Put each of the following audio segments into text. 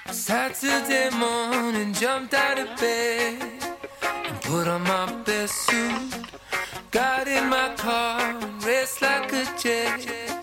Saturday morning, jumped out of bed and put on my best suit. Got in my car and raced like a jet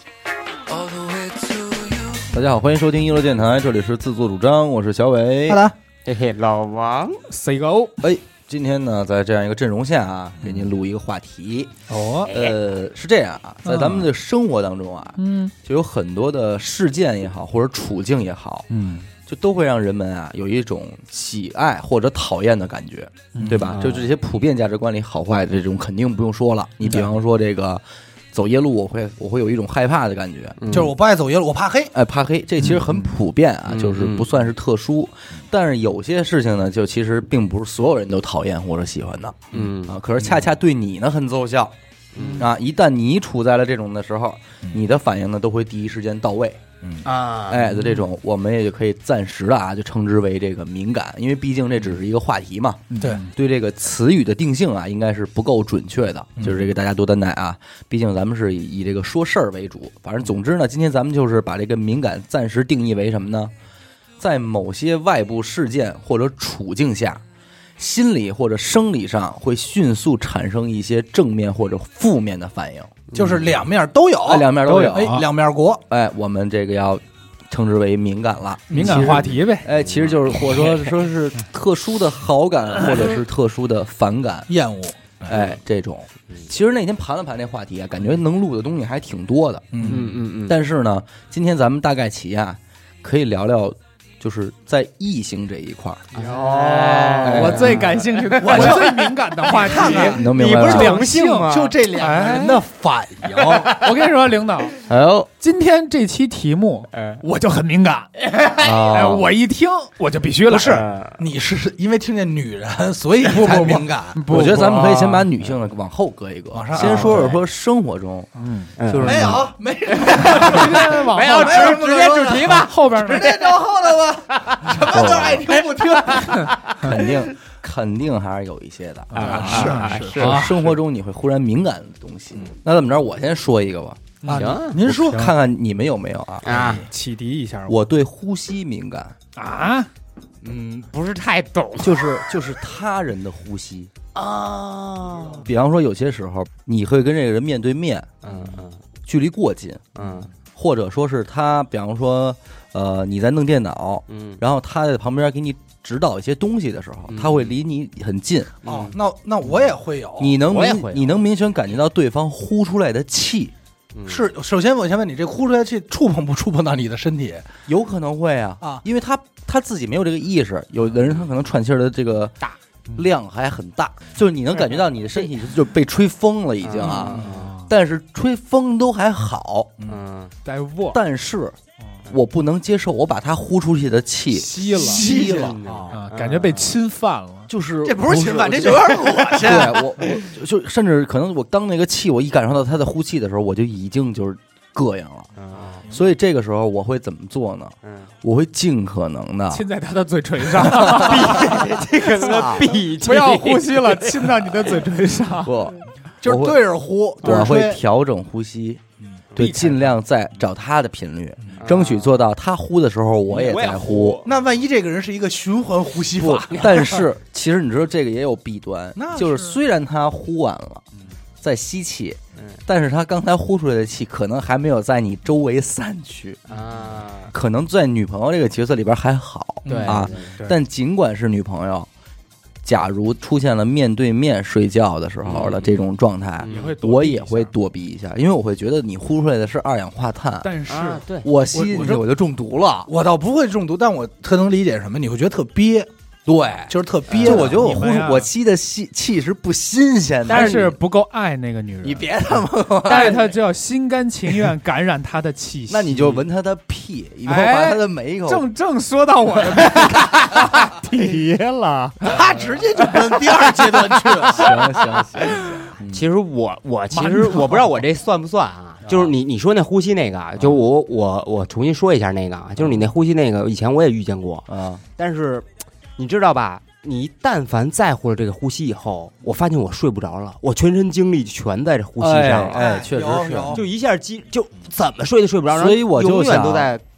all the way to you. 大家好，欢迎收听一乐电台，这里是自作主张，我是小伟。 好的， 嘿嘿，老王 ，say go。 今天呢，在这样一个阵容下啊，给您录一个话题。 哦， 是这样啊，在咱们的生活当中啊，就有很多的事件也好，或者处境也好，就都会让人们啊有一种喜爱或者讨厌的感觉，对吧？就这些普遍价值观里好坏的这种肯定不用说了。你比方说这个走夜路，我会有一种害怕的感觉， 就是我不爱走夜路，我怕黑。 哎，怕黑，这其实很普遍啊，就是不算是特殊。但是有些事情呢，就其实并不是所有人都讨厌或者喜欢的，可是恰恰对你呢很奏效，啊，一旦你处在了这种的时候，你的反应呢都会第一时间到位。的这种我们也就可以暂时的啊，就称之为这个敏感，因为毕竟这只是一个话题嘛。对这个词语的定性啊，应该是不够准确的，就是这个大家多担待啊。毕竟咱们是以这个说事儿为主，反正总之呢，今天咱们就是把这个敏感暂时定义为什么呢？在某些外部事件或者处境下，心理或者生理上会迅速产生一些正面或者负面的反应。 就是两面都有， 两面都有， 两面国， 我们这个要称之为敏感了， 敏感话题呗， 其实就是或者说是特殊的好感，或者是特殊的反感、 厌恶， 这种。其实那天盘了盘这话题啊，感觉能录的东西还挺多的，但是呢，今天咱们大概齐啊，可以聊聊。就是在异性这一块我最感兴趣的，我最敏感的话题， 你不是两性吗？ 就这两个人的反应。 我跟你说，领导，今天这期题目，我就很敏感，我一听我就必须了。 不是，你是因为听见女人，所以才敏感。 我觉得咱们可以先把女性的往后搁一搁，先说生活中，就是没有， 没有，直接主题吧，后边直接找后头吧。什么都爱听不听， 肯定还是有一些的是生活中你会忽然敏感的东西。那怎么着？我先说一个吧。 行，您说看看你们有没有啊？ 启迪一下我对呼吸敏感啊。不是太懂， 就是他人的呼吸啊。比方说，有些时候你会跟这个人面对面，距离过近，或者说是他，比方说。你在弄电脑，然后他在旁边给你指导一些东西的时候，他会离你很近。 那我也会有。 你能明显感觉到对方呼出来的气。 是，首先我先问你，这呼出来的气触碰到你的身体？ 有可能会啊，因为他自己没有这个意识。有的人他可能喘气的这个量还很大，就是你能感觉到你的身体就被吹风了已经啊。但是吹风都还好，但是。我不能接受，我把他呼出去的气吸了啊，感觉被侵犯了。 就是这不是侵犯，这就有点恶心。 对，我就甚至可能我当那个气，我一感受到他的呼气的时候，我就已经就是膈应了。所以这个时候我会怎么做呢？我会尽可能的亲在他的嘴唇上，这个不要呼吸了，亲到你的嘴唇上。 不， 就是对着呼， 我会调整呼吸。对，尽量再找他的频率，争取做到他呼的时候我也在呼。 那万一这个人是一个循环呼吸法， 但是其实你知道这个也有弊端，就是虽然他呼完了，在吸气，但是他刚才呼出来的气可能还没有在你周围散去啊。可能在女朋友这个角色里边还好，但尽管是女朋友。假如出现了面对面睡觉的时候的这种状态，我也会躲避一下，因为我会觉得你呼出来的是二氧化碳， 但是我吸进去我就中毒了。 我倒不会中毒，但我特能理解什么，你会觉得特憋。 对， 就是特憋。 就我觉得我吸的气是不新鲜的， 但是不够爱那个女人。 你别他妈， 但是他就要心甘情愿感染她的气息。 那你就闻她的屁，以后把她的每一口。 正说到我的题了， 他直接就奔第二阶段去了。 行。 其实我不知道我这算不算啊？就是你说那呼吸那个，就我重新说一下那个啊，就是你那呼吸那个，以前我也遇见过啊，但是。你知道吧？你但凡在乎了这个呼吸以后，我发现我睡不着了，我全身精力全在这呼吸上了。 确实是， 就一下就怎么睡都睡不着， 所以我就永远都在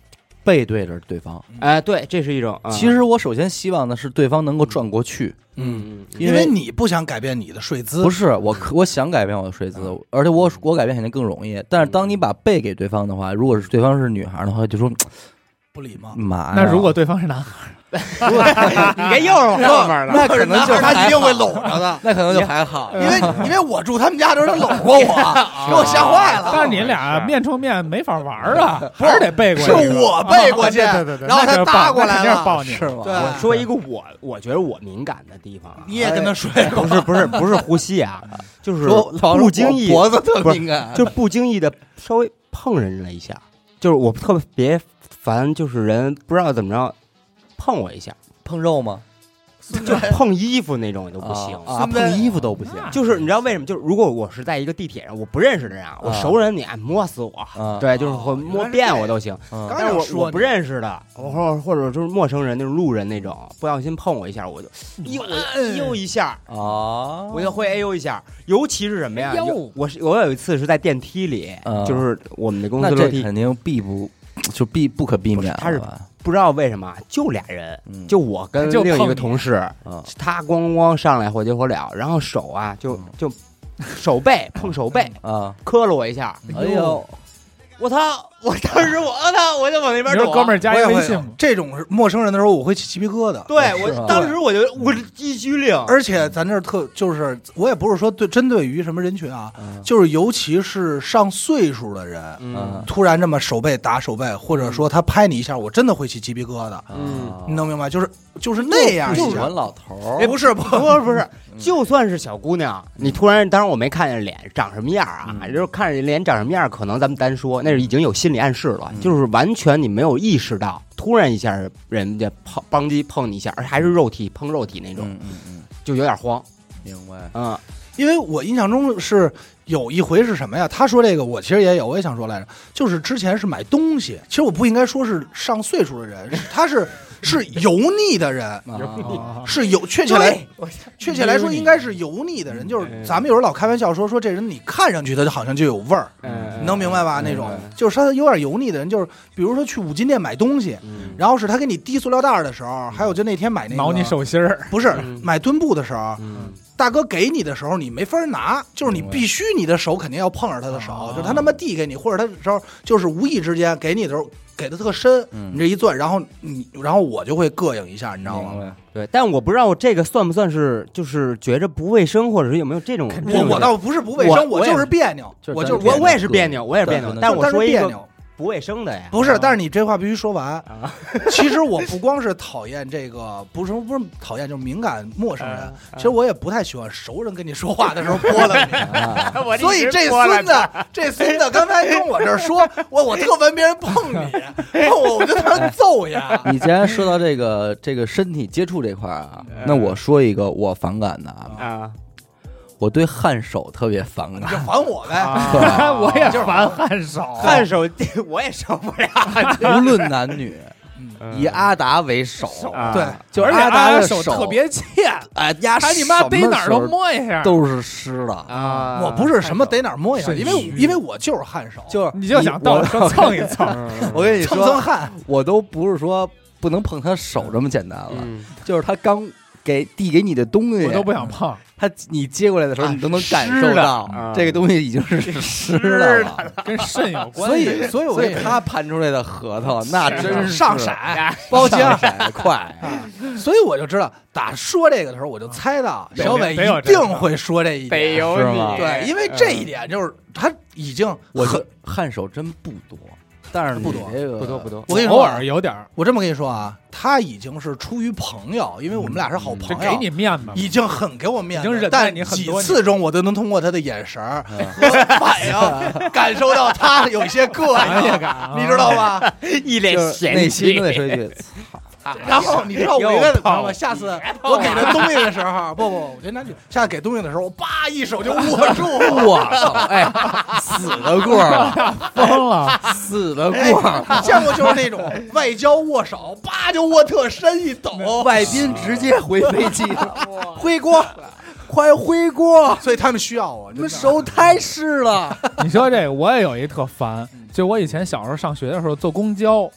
背对着对方。 对，这是一种。 其实我首先希望的是对方能够转过去， 因为你不想改变你的睡姿。 不是我想改变我的睡姿，而且我改变肯定更容易。但是当你把背给对方的话，如果是对方是女孩的话，就说不礼貌。 那如果对方是男孩， 你这又是我后面的， 那可能就他一定会搂着的， 那可能就还好， 因为我住他们家的时候，他搂过我，给我吓坏了。 但是你俩面冲面没法玩啊，还是得背过去。 是我背过去， 对， 然后他搭过来了， 抱你是吗？ 我说一个我觉得我敏感的地方， 你也跟他睡过？ 不是呼吸啊，就是不经意脖子特敏感， 就是不经意的稍微碰人了一下，就是我特别烦，就是人不知道怎么着碰我一下。 碰肉吗？ 就碰衣服那种都不行碰衣服都不行。 就是你知道为什么？就是如果我是在一个地铁上，我不认识的人，我熟人你摸死我，对，就是会摸遍我都行。但是我不认识的，或者就是陌生人那种路人那种，不小心碰我一下，我就呦一下我就会一下。尤其是什么呀？我有一次是在电梯里，就是我们的公司楼梯， 肯定不可避免。 他是不知道为什么就俩人，就我跟另一个同事，他咣咣上来火急火燎，然后手啊就手背碰手背磕了我一下， 哎呦， 我操！我当时我就往那边躲。 哥们儿加一微信， 这种陌生人的时候我会起鸡皮疙瘩。 对，我当时我一激灵。 而且咱这就是我也不是说针对于什么人群啊，就是尤其是上岁数的人，突然这么手背打手背，或者说他拍你一下，我真的会起鸡皮疙瘩。你能明白？就是那样， 喜欢老头儿。不是， 就算是小姑娘，你突然，当然我没看见脸长什么样啊，就是看着脸长什么样，可能咱们单说，那是已经有心理暗示了，就是完全你没有意识到，突然一下人家邦机碰你一下，而还是肉体碰肉体那种，就有点慌。 明白因为我印象中是有一回是什么呀？他说这个我其实也有，我也想说来着，就是之前是买东西，其实我不应该说是上岁数的人，他是油腻的人，是确切来说应该是油腻的人，就是咱们有时候老开玩笑说这人你看上去他就好像就有味儿，你能明白吧？那种就是他有点油腻的人，就是比如说去五金店买东西，然后是他给你滴塑料袋的时候，还有就那天买那个挠你手心儿， 不是买墩布的时候。大哥给你的时候，你没法拿，就是你必须你的手肯定要碰着他的手，就是他他妈递给你，或者他的时候就是无意之间给你的时候给的特深，你这一攥，然后我就会膈应一下，你知道吗？ 对，但我不知道这个算不算是就是觉着不卫生，或者是有没有这种？ 我倒不是不卫生，我就是别扭， 我也是别扭，我也是别扭，但我说一个不卫生的呀， 不是，但是你这话必须说完。其实我不光是讨厌这个，不是讨厌，就是敏感陌生人。其实我也不太喜欢熟人跟你说话的时候拨了你。所以这孙子刚才跟我这儿说，我特闻别人碰你，碰我就他妈揍呀！ 你既然说到这个身体接触这块啊，那我说一个我反感的啊。我对汗手特别反感， 你就烦我呗。 我也烦汗手， 我也受不了。 无论男女，以阿达为首， 对， 就是阿达的手特别欠， 哎， 还你妈逮哪儿都摸一下， 都是湿的啊！我不是什么逮哪儿摸一下，因为我就是汗手， 就是你就想到说蹭一蹭。 我跟你说， 蹭汗， 我都不是说不能碰他手这么简单了，就是他刚递给你的东西， 我都不想碰。 你接过来的时候，你都能感受到这个东西已经是湿的了， 跟肾有关系。 所以他盘出来的核桃那真是上色包浆的快。 所以我就知道，打说这个的时候，我就猜到小伟一定会说这一点， 得有你。 对，因为这一点就是他已经汗手真不多。但是不多， 我跟你说， 偶尔有点。 我这么跟你说啊，他已经是出于朋友，因为我们俩是好朋友， 给你面子， 已经很给我面子， 已经忍耐你很多年。 几次中，我都能通过他的眼神和反应感受到他有一些膈应感，你知道吗？ 一脸嫌弃， 内心都得说一句操。 然后你知道我一个朋友，下次我给他东西的时候，不，我跟他下次给东西的时候，我叭一手就握住， 我操！哎，死的过了， 疯了， 死的过了。 见过就是那种外交握手，叭就握特深一抖， 外宾直接回飞机，回国。快回锅！ 所以他们需要我， 你们手太湿了。 你说这个，我也有一特烦，就我以前小时候上学的时候坐公交，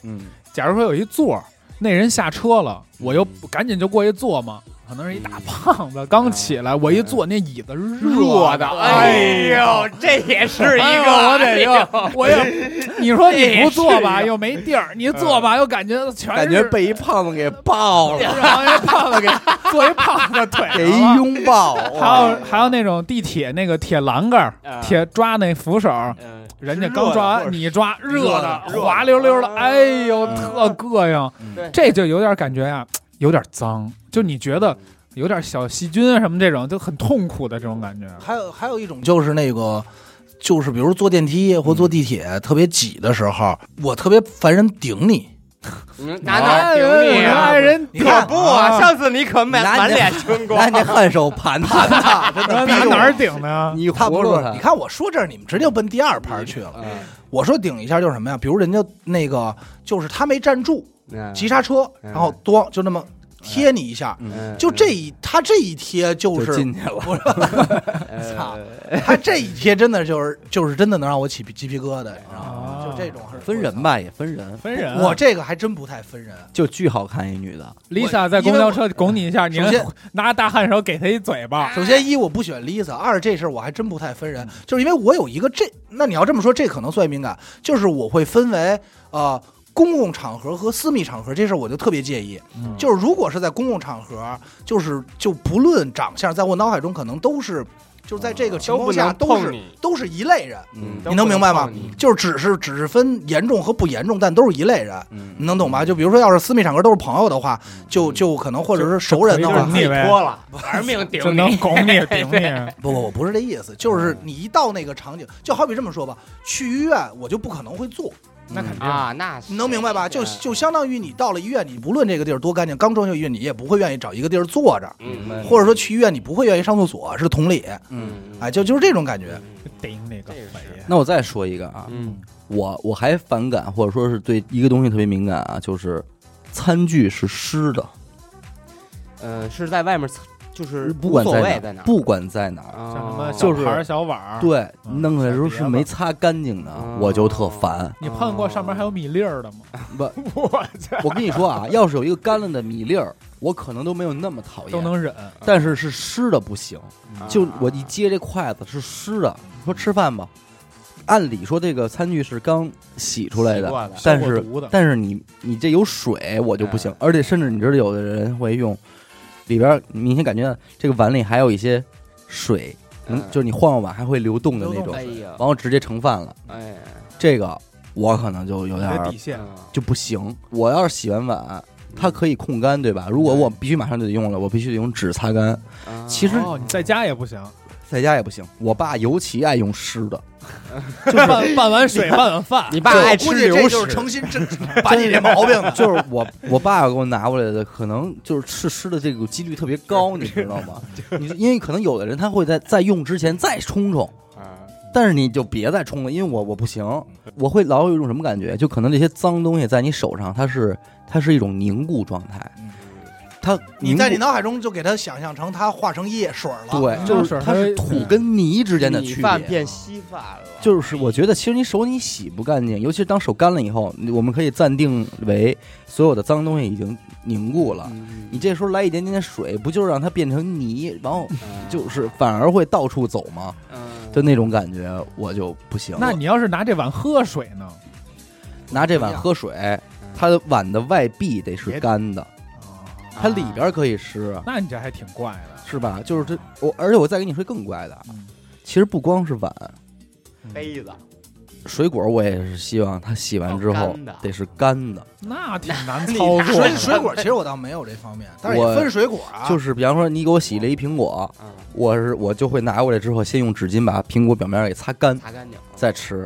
假如说有一座，那人下车了，我又赶紧就过去坐嘛。可能是一大胖子刚起来，我一坐那椅子热的， 哎呦，这也是一个， 我要你说你不坐吧又没地儿，你坐吧又感觉被一胖子给抱了， 然后一胖子给坐一胖子腿给一拥抱， 还有那种地铁那个铁栏杆铁抓那扶手，人家刚抓完你抓热的滑溜溜的，哎呦特膈应，这就有点感觉呀，有点脏。就你觉得有点小细菌什么这种就很痛苦的这种感觉。 还有一种就是那个，就是比如坐电梯或坐地铁特别挤的时候，我特别烦人顶你。 哪顶你啊？ 人你看不啊？上次你可满脸青光， 拿你汗手盘他，真的哪儿顶呢？ 你他不是？你看我说这儿，你们直接奔第二盘去了。我说顶一下就是什么呀？比如人家那个，就是他没站住，急刹车，然后咣就那么。贴你一下，就他这一贴就是进去了， 操！他这一贴真的就是真的能让我起鸡皮疙瘩，你知道吗？就这种分人吧，也分人。 我这个还真不太分人， 就巨好看一女的 ，Lisa 在公交车拱你一下，你拿大汗手给她一嘴巴。 首先我不选 Lisa， 二这事儿我还真不太分人，就是因为我有一个那你要这么说，这可能算敏感，就是我会分为公共场合和私密场合这事儿我就特别介意，就是如果是在公共场合，就不论长相，在我脑海中可能都是，就是在这个情况下都是一类人，你能明白吗？就是只是分严重和不严重，但都是一类人，你能懂吧？就比如说要是私密场合都是朋友的话，就可能或者是熟人的话， 你脱了，玩命顶你， 能拱你顶你。 不，不是这意思，就是你一到那个场景，就好比这么说吧，去医院我就不可能会做。 那肯定啊，那你能明白吧？就相当于你到了医院，你不论这个地儿多干净，刚装修医院，你也不会愿意找一个地儿坐着，或者说去医院你不会愿意上厕所，是同理，哎，就是这种感觉。 顶那个， 那我再说一个啊，我还反感或者说是对一个东西特别敏感啊，就是餐具是湿的， 是在外面。就是不管在哪，不管在哪， 像什么小盘小碗， 对，弄出来的时候是没擦干净的，我就特烦。 你碰过上面还有米粒儿的吗？ 不，我跟你说啊，要是有一个干了的米粒儿，我可能都没有那么讨厌， 都能忍。 但是湿的不行，就我一接这筷子是湿的，说吃饭吧。按理说这个餐具是刚洗出来的，但是你这有水，我就不行。而且甚至你知道，有的人会用。里边明显感觉这个碗里还有一些水，就是你晃碗还会流动的那种，然后直接盛饭了。哎，这个我可能就有点底线就不行。我要是洗完碗，它可以控干，对吧？如果我必须马上就得用了，我必须得用纸擦干。其实你在家也不行， 在家也不行。我爸尤其爱用湿的， 就是拌完水拌完饭。 你爸爱吃流屎，就是诚心把你这毛病。 就是我爸给我拿过来的，可能就是吃湿的这个几率特别高，你知道吗？因为可能有的人他会在用之前再冲，但是你就别再冲了，因为我不行，我会老有一种什么感觉，就可能这些脏东西在你手上，它是一种凝固状态。 你在你脑海中就给它想象成它化成液水了， 对，就是它是土跟泥之间的区别， 饭变稀饭了。 就是我觉得其实你手洗不干净，尤其是当手干了以后，我们可以暂定为所有的脏东西已经凝固了，你这时候来一点点水，不就是让它变成泥，然后就是反而会到处走吗？就那种感觉我就不行。 那你要是拿这碗喝水呢？ 拿这碗喝水，它的碗的外壁得是干的。它里边可以湿， 那你这还挺怪的， 是吧？就是而且我再跟你说更怪的，其实不光是碗、 杯子、 水果，我也是希望它洗完之后得是干的。 那挺难操作。 水果其实我倒没有这方面，但是也分水果啊。 就是比方说你给我洗了一苹果，我就会拿过来之后，先用纸巾把苹果表面给擦干净，再吃。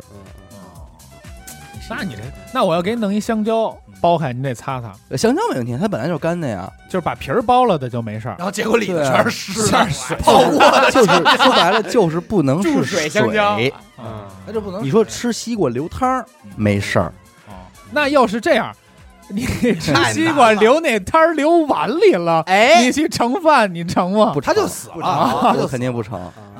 那我要给你弄一香蕉。剥开你得擦擦， 香蕉没问题，它本来就是干的呀， 就是把皮儿剥了的就没事儿。 然后结果里头全是湿的， 泡过的，就是说白了就是不能是水香蕉， 那就不能。 你说吃西瓜流汤没事儿， 那要是这样，你吃西瓜流那汤流碗里了，你去盛饭你盛吗？ 不， 他就死了， 他就肯定不成。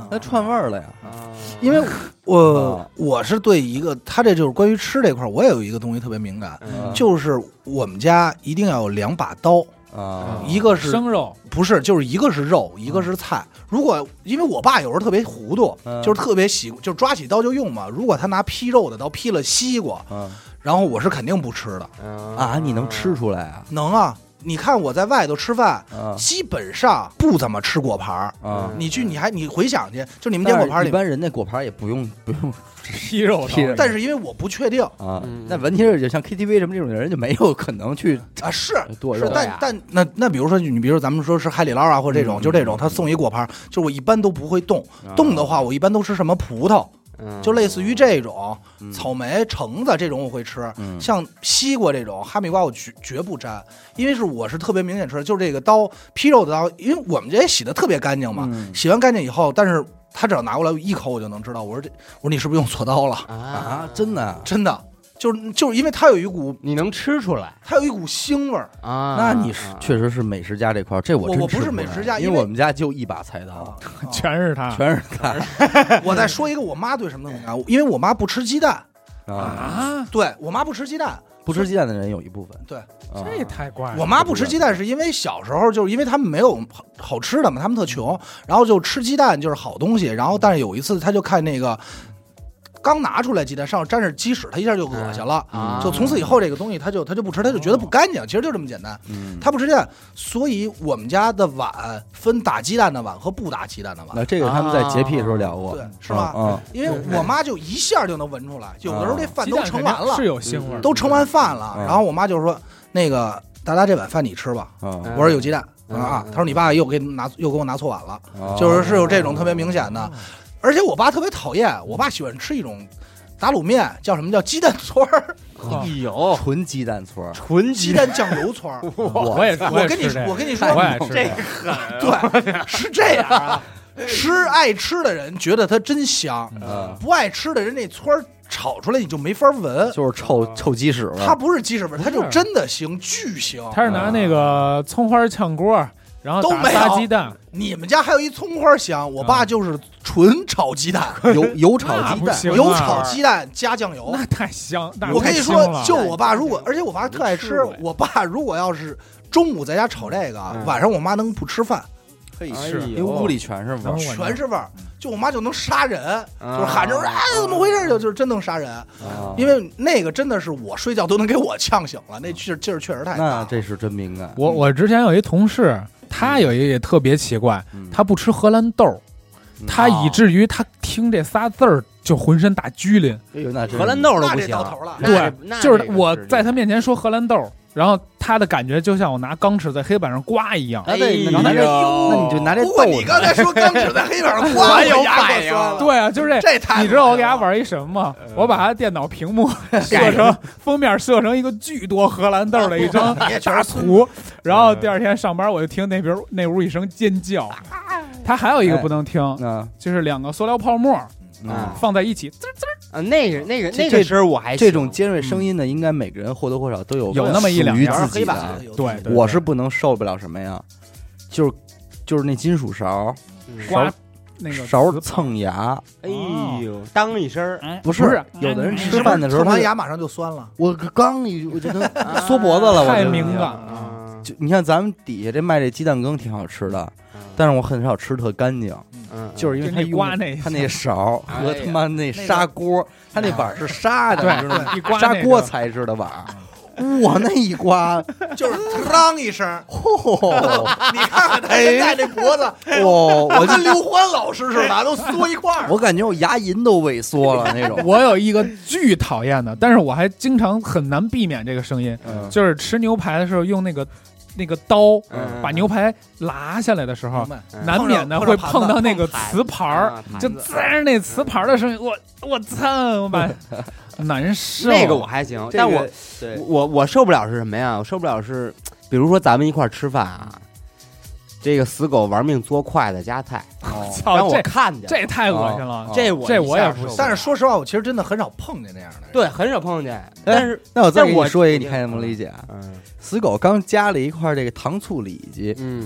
那串味儿了呀。 因为我是对一个，他这就是关于吃这块，我也有一个东西特别敏感，就是我们家一定要有2把刀。一个是生肉， 不是，就是一个是肉，一个是菜。如果因为我爸有时候特别糊涂，就是特别就是抓起刀就用嘛。如果他拿劈肉的刀劈了西瓜，然后我是肯定不吃的。 啊，你能吃出来啊？ 能啊。你看我在外头吃饭，基本上不怎么吃果盘儿。你回想去，就你们店果盘里， 一般人那果盘也不用劈肉， 但是因为我不确定啊。那问题是，就像 KTV 什么这种人就没有可能去啊，是，但那比如说你比如说咱们说是海底捞啊，或者这种，就这种他送一果盘，就我一般都不会动的话，我一般都吃什么葡萄。就类似于这种草莓、橙子这种我会吃，像西瓜这种哈密瓜我绝不沾，因为我是特别明显吃的，就是这个刀劈肉的刀，因为我们这也洗的特别干净嘛，洗完干净以后，但是他只要拿过来一口我就能知道，我说你是不是用错刀了啊？真的。 就是因为它有一股， 你能吃出来， 它有一股腥味儿啊。那你确实是美食家这块，这我不是美食家， 因为我们家就一把菜刀， 全是他。 我再说一个我妈对什么东西啊？因为我妈不吃鸡蛋啊， 对我妈不吃鸡蛋， 不吃鸡蛋的人有一部分。 对， 这也太怪了。 我妈不吃鸡蛋是因为小时候就是因为他们没有好吃的嘛，他们特穷，然后就吃鸡蛋就是好东西，然后但是有一次他就看那个。刚拿出来鸡蛋上沾着鸡屎，他一下就恶心了，就从此以后这个东西他就不吃，他就觉得不干净，其实就这么简单。他不吃鸡蛋，所以我们家的碗分打鸡蛋的碗和不打鸡蛋的碗。 那这个他们在洁癖的时候聊过， 对，是吧？因为我妈就一下就能闻出来，有的时候这饭都盛完了， 是有腥味， 都盛完饭了，然后我妈就说：“那个大大这碗饭你吃吧。”我说有鸡蛋啊，他说你爸又给我拿错碗了，就是有这种特别明显的。而且我爸特别讨厌，我爸喜欢吃一种打卤面，叫什么叫鸡蛋村儿？ 哎呦， 纯鸡蛋村儿， 纯鸡蛋酱油村儿。我跟你说， 这个狠， 对，是这样啊。爱吃的人觉得它真香，不爱吃的人那村儿炒出来你就没法闻， 就是臭鸡屎味。 它不是鸡屎味，它就真的腥，巨腥。 他是拿那个葱花炝锅。然后打仨鸡蛋， 你们家还有一葱花香，我爸就是纯炒鸡蛋， 油炒鸡蛋， 油炒鸡蛋加酱油， 那太香。 我跟你说，就我爸而且我爸特爱吃，我爸如果要是中午在家炒这个，晚上我妈能不吃饭， 因为屋里全是味儿， 全是味儿。就我妈就能杀人，就是喊着怎么回事，就是真能杀人。因为那个真的是我睡觉都能给我呛醒了，那劲儿确实太大。 那这是真敏感。 我之前有一同事。他有一个也特别奇怪，他不吃荷兰豆，他以至于他听这仨字儿就浑身打拘灵。 荷兰豆都不行， 对，就是我在他面前说荷兰豆，然后他的感觉就像我拿钢尺在黑板上刮一样。 那你就拿这豆。 你刚才说钢尺在黑板上刮， 有反应。 对啊，就是这。 你知道我给他玩一什么吗？我把他电脑屏幕设成封面，设成一个巨多荷兰豆的一张大图，然后第二天上班我就听那屋一声尖叫。他还有一个不能听，就是2个塑料泡沫。放在一起，滋滋啊，那个声我还这种尖锐声音呢，应该每个人或多或少都有那么一两样黑板。 对， 我是不能受不了什么呀，就是那金属勺， 刮那个勺蹭牙， 哎呦，当一声， 不是，有的人吃饭的时候， 蹭完牙马上就酸了。 我刚我就能缩脖子了， 太敏感了。 就你看咱们底下这卖这鸡蛋羹挺好吃的，但是我很少吃特干净。就是因为他刮他那勺和他妈那砂锅，他那碗是砂的， 对， 你知道吗？砂锅材质的碗，我那一刮就是嘡一声，你看看他现在这脖子，我跟刘欢老师似的，都缩一块儿。 我感觉我牙龈都萎缩了那种。 我有一个巨讨厌的，但是我还经常很难避免这个声音，就是吃牛排的时候用那个刀把牛排拉下来的时候，难免的会碰到那个瓷盘儿，就滋那瓷盘儿的声音，我操，我把难受。 那个我还行，但我受不了是什么呀？我受不了是，比如说咱们一块吃饭啊，这个死狗玩命嘬筷子夹菜，让我看见， 这太恶心了。 这我也不行。 但是说实话，我其实真的很少碰见那样的人。 对，很少碰见。但是那我再给你说一个，你看能不能理解？死狗刚加了一块这个糖醋里脊，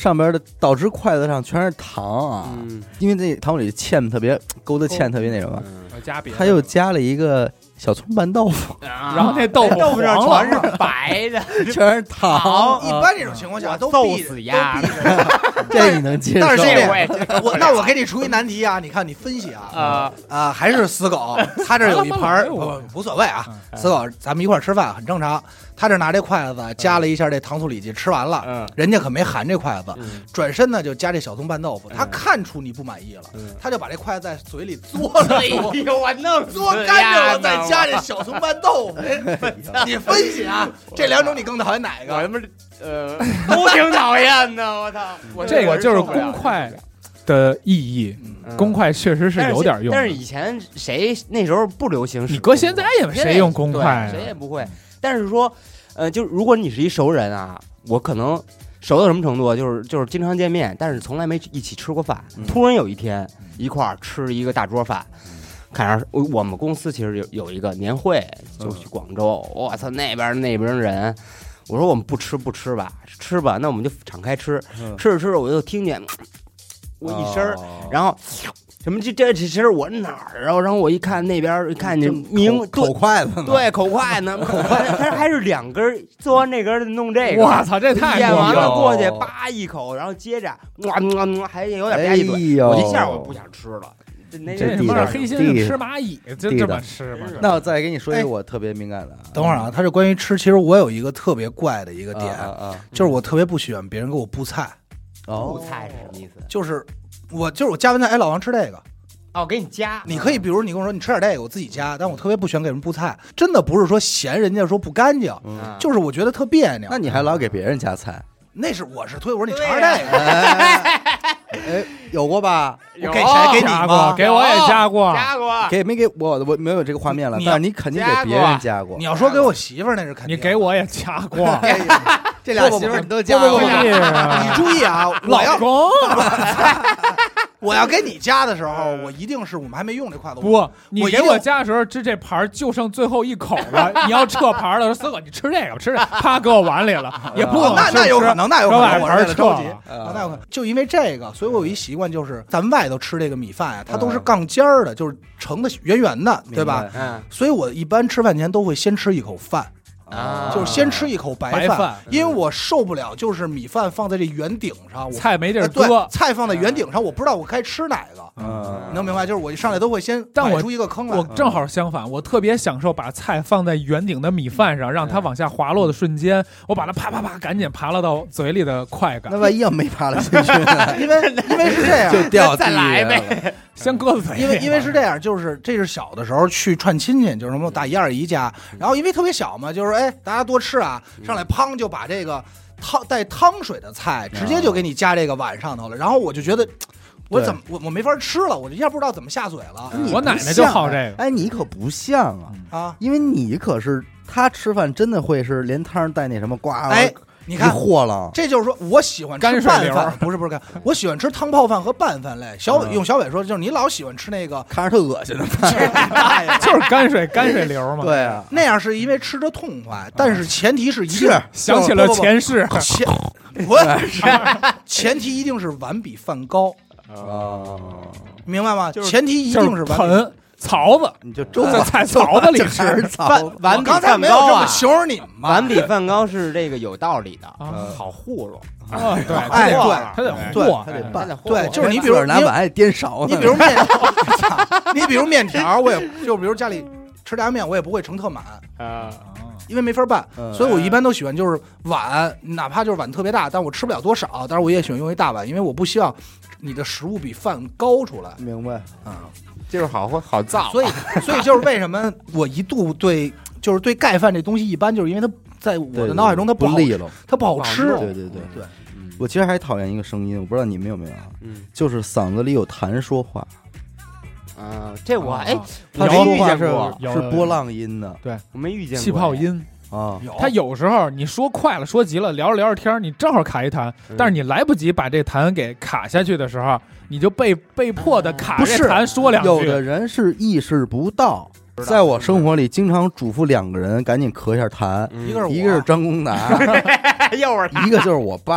上边的倒汁筷子上全是糖啊，因为那糖里芡特别勾的芡特别那什么，他又加了一个小葱拌豆腐， 然后那豆腐上全是白的， 全是糖。 一般这种情况下都揍死鸭， 这你能接受？ 但是我给你出一难题啊！你看你分析还是死狗，他这有一盘无所谓啊，死狗咱们一块吃饭很正常。他这拿这筷子夹了一下这糖醋里脊，吃完了，人家可没含这筷子，转身呢就夹这小葱拌豆腐。他看出你不满意了，他就把这筷子在嘴里嘬了， 哎呦，我弄嘬干净了，再夹这小葱拌豆腐。你分析啊，这两种你更讨厌哪个？ 我他妈都挺讨厌的，我操！ 这个就是公筷的意义，公筷确实是有点用。 但是以前谁那时候不流行， 你搁现在也谁用公筷， 谁也不会。但是说，就如果你是一熟人啊，我可能熟到什么程度，就是经常见面，但是从来没一起吃过饭。突然有一天一块儿吃一个大桌饭，看上我们公司其实有一个年会，就去广州，我操那边人，我说我们不吃吧，吃吧，那我们就敞开吃，吃着我就听见我一声，然后。什么这是我哪儿啊？然后我一看那边，一看见口筷子， 对，口筷子，他还是两根，做完那根弄这个， 我操，这太演完了过去，叭一口，然后接着还有点吧唧嘴，我一下我不想吃了。 这他妈黑猩猩吃蚂蚁，就这么吃吗？ 那我再给你说一个我特别敏感的， 等会儿啊，他是关于吃，其实我有一个特别怪的一个点，就是我特别不喜欢别人给我布菜。 布菜是什么意思？ 就是我加完菜，哎，老王吃这个。 哦，给你加， 你可以，比如你跟我说你吃点这个，我自己加，但我特别不喜欢给人布菜，真的不是说嫌人家说不干净，就是我觉得特别扭。 那你还老给别人加菜？ 那是我是推，我说你尝尝这个， 哎，有过吧？ 我给谁？给你吗？ 给我也加过， 给没给我没有这个画面了，但是你肯定给别人加过。 你要说给我媳妇儿那是肯定， 你给我也加过， 这俩媳妇儿你都加过。 你注意啊， 老公。 我要给你加的时候，我一定是我们还没用这筷子。 不，你给我加的时候，这盘就剩最后一口了。你要撤盘了，说四哥你吃这个，吃这，啪搁我碗里了，也不那有可能，那有可能，我是为了着急， 那有可能。 就因为这个，所以我有一习惯，就是咱外头吃这个米饭啊，它都是杠尖儿的，就是盛的圆圆的，对吧？所以我一般吃饭前都会先吃一口饭。就是先吃一口白饭，因为我受不了，就是米饭放在这圆顶上， 菜没地儿搁，菜放在圆顶上，我不知道我该吃哪个。你能明白？就是我一上来都会先摆出一个坑来。 我正好相反，我特别享受把菜放在圆顶的米饭上，让它往下滑落的瞬间，我把它啪啪啪赶紧扒拉到嘴里的快感。 那万一要没扒拉进去呢？ 因为是这样， 就掉再来呗， 先搁嘴。 因为是这样，就是这是小的时候去串亲戚，就是什么大姨二姨家，然后因为特别小嘛，就是哎大家多吃啊，上来砰就把这个带汤水的菜直接就给你加这个碗上头了，然后我就觉得。我没法吃了，我就一下不知道怎么下嘴了。 我奶奶就好这个。 哎，你可不像啊！因为你可是他吃饭真的会是连汤带那什么呱。 哎，你看和了， 这就是说我喜欢吃拌饭，不是我喜欢吃汤泡饭和拌饭类。用小伟说，就是你老喜欢吃那个看着特恶心的饭， 就是泔水流嘛。 对啊， 那样是因为吃着痛快，但是前提是一定想起了前世， 前提一定是碗比饭高。明白吗？前提一定是盆槽子， 你就在菜槽子里吃。 碗比刚才没有这么形容你们吗？ 碗比饭高是这个有道理的，好糊弄。 对， 哎，对， 他得和， 他得拌， 对，就是你比如拿碗还颠勺， 你比如面条，我也就比如家里吃大面，我也不会盛特满因为没法拌，所以我一般都喜欢就是碗，哪怕就是碗特别大，但我吃不了多少，但是我也喜欢用一大碗，因为我不希望你的食物比饭高出来。 明白就是好造。 所以就是为什么我一度对盖饭这东西一般，就是因为它在我的脑海中它不利落， 它不好吃。 对，我其实还讨厌一个声音，我不知道你们有没有就是嗓子里有痰说话。 这我他没遇见过， 是波浪音的， 对我没遇见过气泡音啊。 他有时候你说快了，说急了，聊着天，你正好卡一痰，但是你来不及把这痰给卡下去的时候，你就被迫的卡这痰说两句。 有的人是意识不到。在我生活里，经常嘱咐两个人赶紧咳一下痰，一个是张公达， 又是一个就是我爸。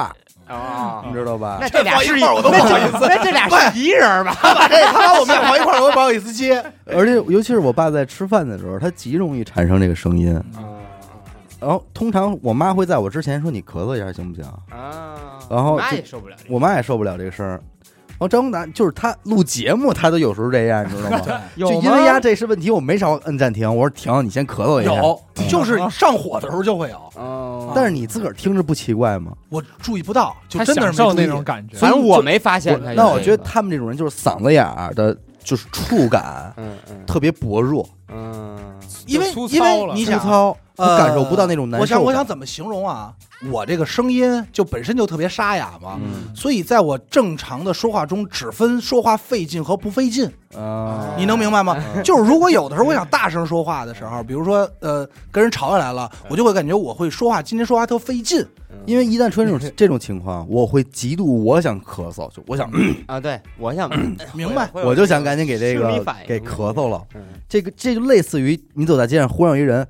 啊， 你知道吧？ 那这俩是我都不好意思， 那这俩是一人吧？ 他把我们俩放一块儿，我不好意思接。 而且尤其是我爸在吃饭的时候，他极容易产生这个声音。然后通常我妈会在我之前说：“你咳嗽一下行不行？”然后我妈也受不了， 我妈也受不了这个声儿。然后张宏达就是他录节目，他都有时候这样，你知道吗？就因为呀这是问题，我没少摁暂停。我说停，你先咳嗽一下。 有，就是上火的时候就会有。 但是你自个儿听着不奇怪吗？ 我注意不到，就真的享受那种感觉。 反正我没发现。 那我觉得他们这种人就是嗓子眼儿的，就是触感，特别薄弱。 因为你想感受不到那种难受。 我想怎么形容啊？我这个声音就本身就特别沙哑嘛，所以在我正常的说话中只分说话费劲和不费劲。你能明白吗？就是如果有的时候我想大声说话的时候，比如说跟人吵起来了，我就会感觉我会说话，今天说话特费劲。 因为一旦出现这种情况，我会极度我想咳嗽，就我想对，我想明白， 我就想赶紧给这个给咳嗽了。这就类似于你走在街上，忽然有一人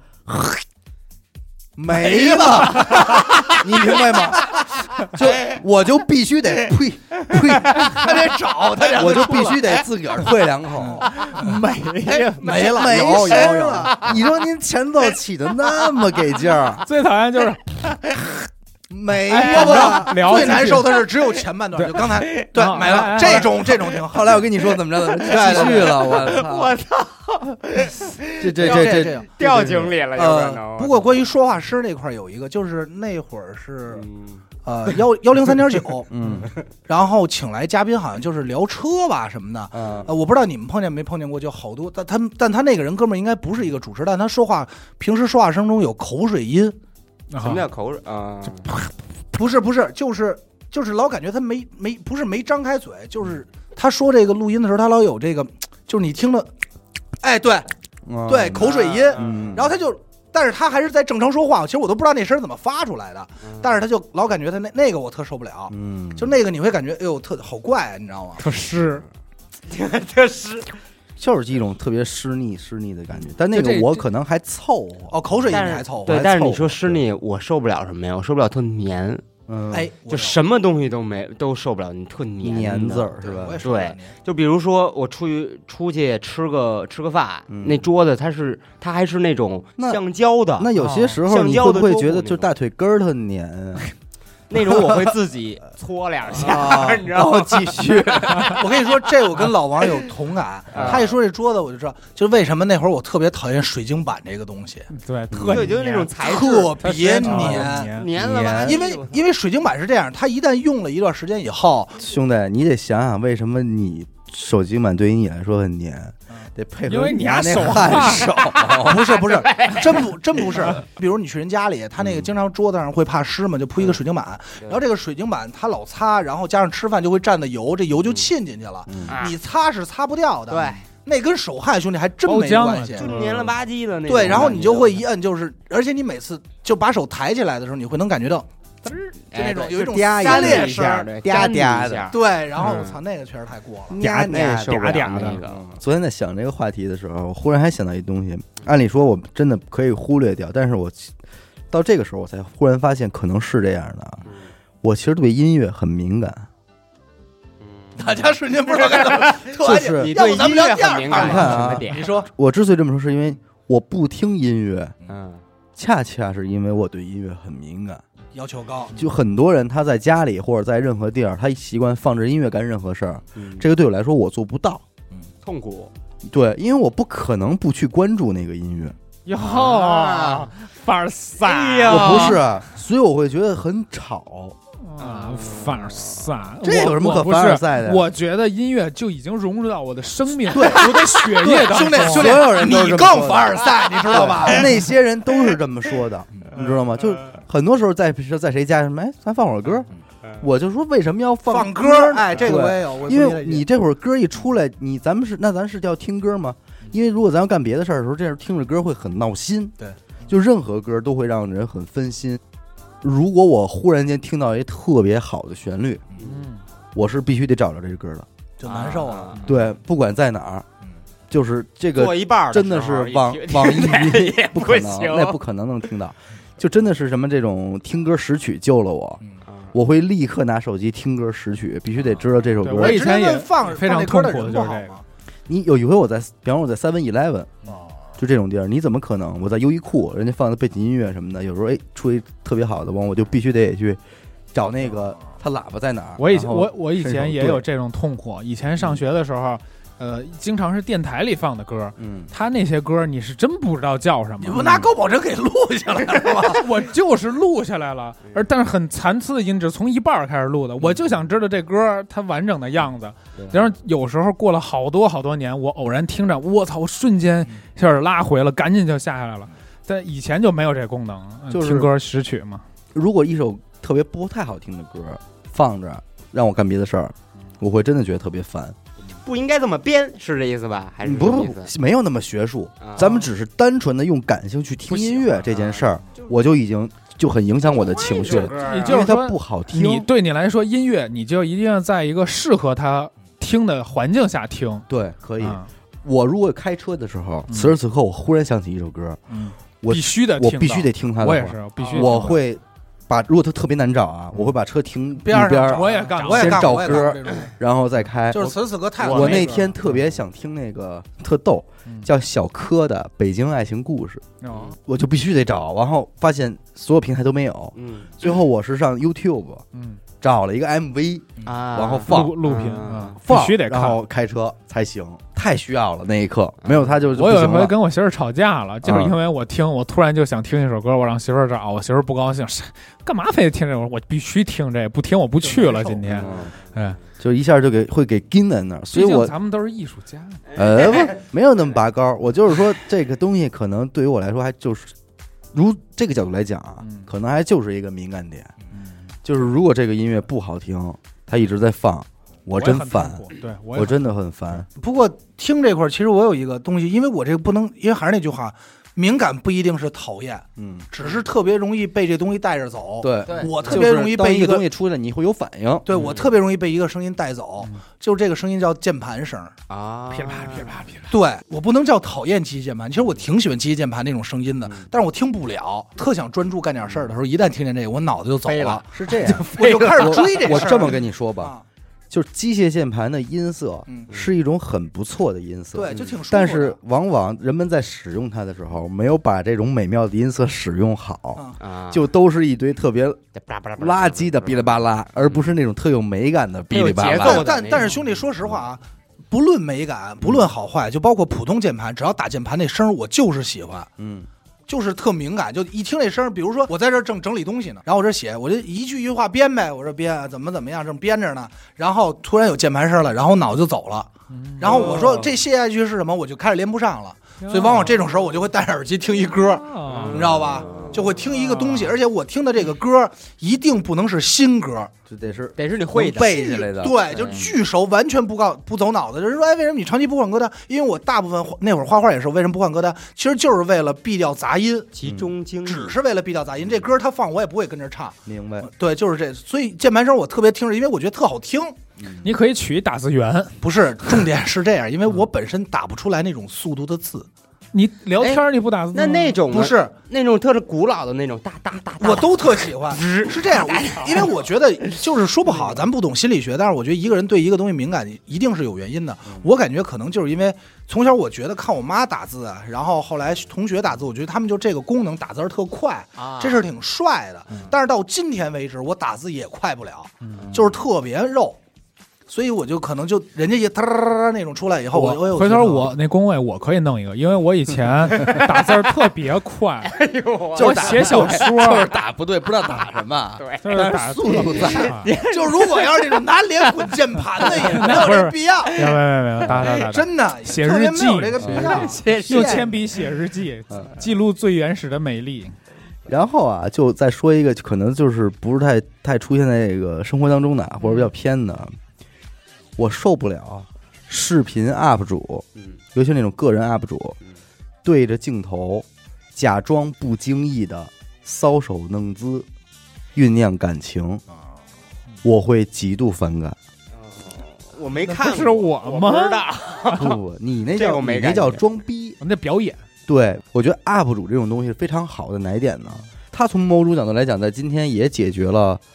没了，你明白吗？就我就必须得呸， 他得找他， 我就必须得自个儿退两口， 没了， 没声了。你说您前奏起的那么给劲儿， 最讨厌就是没了。 最难受的是只有前半段，就刚才对没了，这种挺。 后来我跟你说怎么着，继续了，我操！这掉井里了，有可能。 不过关于说话师那块有一个，就是那会儿是103.9，然后请来嘉宾好像就是聊车吧什么的，我不知道你们碰见没碰见过，就好多，但他那个人哥们儿应该不是一个主持，但他说话平时说话声中有口水音。 什么叫口水啊？ 不是，就是老感觉他不是没张开嘴，就是他说这个录音的时候，他老有这个，就是你听着，哎，对，口水音，然后他就，但是他还是在正常说话，其实我都不知道那声怎么发出来的，但是他就老感觉他那个我特受不了，就那个你会感觉哎呦特好怪，你知道吗？ 特湿， 特湿。 就是一种特别湿腻的感觉，但那个我可能还凑合。 口水音还凑合。 对，但是你说湿腻，我受不了什么呀？我受不了特黏。就什么东西都受不了，你特黏字儿是吧？ 对，就比如说我出去吃个饭，那桌子它还是那种橡胶的。 那有些时候你会不会觉得就大腿根儿特黏啊？ 那种我会自己搓两下，你知道吗？ 继续。 我跟你说，这我跟老王有同感。他一说这桌子，我就知道，就为什么那会儿我特别讨厌水晶板这个东西。 对， 就是那种材质特别黏了吧？ 因为水晶板是这样，它一旦用了一段时间以后， 兄弟，你得想想为什么你手机板对于你来说很黏。得配合你那汗手， 不是，真不是。比如你去人家里，他那个经常桌子上会怕湿嘛，就铺一个水晶板，然后这个水晶板他老擦，然后加上吃饭就会蘸的油，这油就沁进去了，你擦是擦不掉的。 对， 那跟手汗兄弟还真没关系， 就黏了吧唧的那种。 对，然后你就会一摁，就是，而且你每次就把手抬起来的时候，你会能感觉到。就那种有一种嗲裂声， 嗲的， 对，然后我操，那个确实太过了， 嗲的那个。 昨天在想这个话题的时候，忽然还想到一东西，按理说我真的可以忽略掉，但是我到这个时候我才忽然发现可能是这样的。我其实对音乐很敏感。 大家瞬间不知道该怎么， 就是你对音乐很敏感，什么点？ 你说， 我之所以这么说，是因为我不听音乐，恰恰是因为我对音乐很敏感。 要求高， 就很多人他在家里或者在任何地儿，他习惯放着音乐干任何事儿，这个对我来说我做不到， 痛苦。 对，因为我不可能不去关注那个音乐。 哟，范儿塞， 我不是，所以我会觉得很吵。 凡尔赛， 这有什么可凡尔赛的？ 我觉得音乐就已经融入到我的生命，对，我的血液当中。 兄弟，所有人你更凡尔赛，你知道吧？ 那些人都是这么说的，你知道吗？就是很多时候在谁家什么，哎，咱放会儿歌，我就说为什么要放歌？哎，这个我也有， 因为你这会儿歌一出来，咱是要听歌吗？因为如果咱要干别的事儿的时候，这样听着歌会很闹心。 对， 就任何歌都会让人很分心。如果我忽然间听到一特别好的旋律，我是必须得找着这个歌的， 就难受了。 对，不管在哪儿，就是这个做一半真的是网易云不可能，那不可能能听到，就真的是什么这种听歌识曲救了我。 我会立刻拿手机听歌识曲，必须得知道这首歌。 我以前也放非常痛苦的就是这个。 你有一回比方说我在 7-Eleven，就这种地儿，你怎么可能？我在优衣库，人家放的背景音乐什么的，有时候出一特别好的，我就必须得去找那个他喇叭在哪儿。 我以前也有这种痛苦，以前上学的时候。经常是电台里放的歌，他那些歌你是真不知道叫什么。 你不拿高保真给录下来了吗？ 我就是录下来了，但是很残次的音质，从一半开始录的。我就想知道这歌它完整的样子。然后有时候过了好多年，我偶然听着，我操，我瞬间一下拉回了，赶紧就下下来了。但以前就没有这功能， 就是听歌识曲嘛。 如果一首特别不太好听的歌放着，让我干别的事儿，我会真的觉得特别烦。 不应该这么编，是这意思吧？还是不没有那么学术，咱们只是单纯的用感性去听音乐这件事儿，我就已经就很影响我的情绪了。因为它不好听。 对你来说，音乐你就一定要在一个适合他听的环境下听。 对，可以。我如果开车的时候，此时此刻我忽然想起一首歌，我必须得听它的。 我也是，必须。 我会。如果它特别难找啊，我会把车停边上， 我也干， 先找歌，然后再开。 就是此时此刻太我那天特别想听那个特逗，叫小柯的《北京爱情故事》，我就必须得找，然后发现所有平台都没有，最后我是上 YouTube，找了一个 MV，然后放录屏， 必须得看， 然后开车才行。太需要了那一刻，没有他就我有一回跟我媳妇吵架了，就是因为我突然就想听一首歌，我让媳妇找，我媳妇不高兴，干嘛非得听这首？我必须听这，不听我不去了。今天， 就一下就会给盯在那儿，所以咱们都是艺术家， 没有那么拔高。我就是说这个东西可能对于我来说还就是如这个角度来讲啊，可能还就是一个敏感点，就是如果这个音乐不好听，它一直在放。我真烦， 对我真的很烦。 不过听这块，其实我有一个东西，因为我这个不能，因为还是那句话，敏感不一定是讨厌，只是特别容易被这东西带着走。 对， 我特别容易被一个东西出来，你会有反应。 对，我特别容易被一个声音带走，就是这个声音叫键盘声啊，噼里啪啦噼里啪啦噼里啪啦。 对，我不能叫讨厌机器键盘，其实我挺喜欢机器键盘那种声音的，但是我听不了，特想专注干点事儿的时候，一旦听见这个，我脑子就走了。 是这样， 我就开始追这事儿。 我这么跟你说吧。就是机械键盘的音色是一种很不错的音色， 对，就挺舒服的。 但是往往人们在使用它的时候，没有把这种美妙的音色使用好，就都是一堆特别垃圾的哔哩吧啦，而不是那种特有美感的哔哩吧啦。 但是兄弟，说实话啊，不论美感，不论好坏，就包括普通键盘，只要打键盘那声，我就是喜欢。就是特敏感，就一听这声，比如说我在这正整理东西呢，然后我这写，我就一句话编呗，我这编怎么样，正编着呢，然后突然有键盘声了，然后脑子就走了，然后我说这接下去是什么，我就开始连不上了，所以往往这种时候我就会戴着耳机听一歌，你知道吧？就会听一个东西，而且我听的这个歌一定不能是新歌， 就得是你会背下来的， 对，就巨熟，完全不走脑子。有人说，哎，为什么你长期不换歌单？因为我大部分那会儿画画也是，为什么不换歌单？其实就是为了避掉杂音， 集中精力， 只是为了避掉杂音。这歌他放我也不会跟着唱， 明白？ 对，就是这。所以键盘声我特别听着，因为我觉得特好听。 你可以取打字员， 不是，重点是这样，因为我本身打不出来那种速度的字。 你聊天你不打字， 那种不是那种特别古老的那种大， 我都特喜欢。是这样，因为我觉得就是说不好，咱不懂心理学，但是我觉得一个人对一个东西敏感，一定是有原因的。我感觉可能就是因为从小我觉得看我妈打字啊，然后后来同学打字，我觉得他们就这个功能打字特快，这事挺帅的。但是到今天为止，我打字也快不了，就是特别肉。所以我就可能就人家一哒那种出来以后，我回头我那工位我可以弄一个，因为我以前打字特别快， 就是写小说就是打不对，不知道打什么， 对，就是打速度在。 就如果要是那种拿脸滚键盘的，也没有这必要。 没有，打， 真的写日记， 有这个必要。 用铅笔写日记，记录最原始的美丽。 然后啊，就再说一个，可能就是不是太出现在这个生活当中的，或者比较偏的。我受不了视频 UP 主，尤其那种个人 UP 主，对着镜头假装不经意的搔首弄姿，酝酿感情，我会极度反感。 我没看过， 是我吗？ 不知道。 不，你那叫装逼， 那表演。 对，我觉得 UP 主这种东西非常好的哪一点呢？他从某种角度来讲，在今天也解决了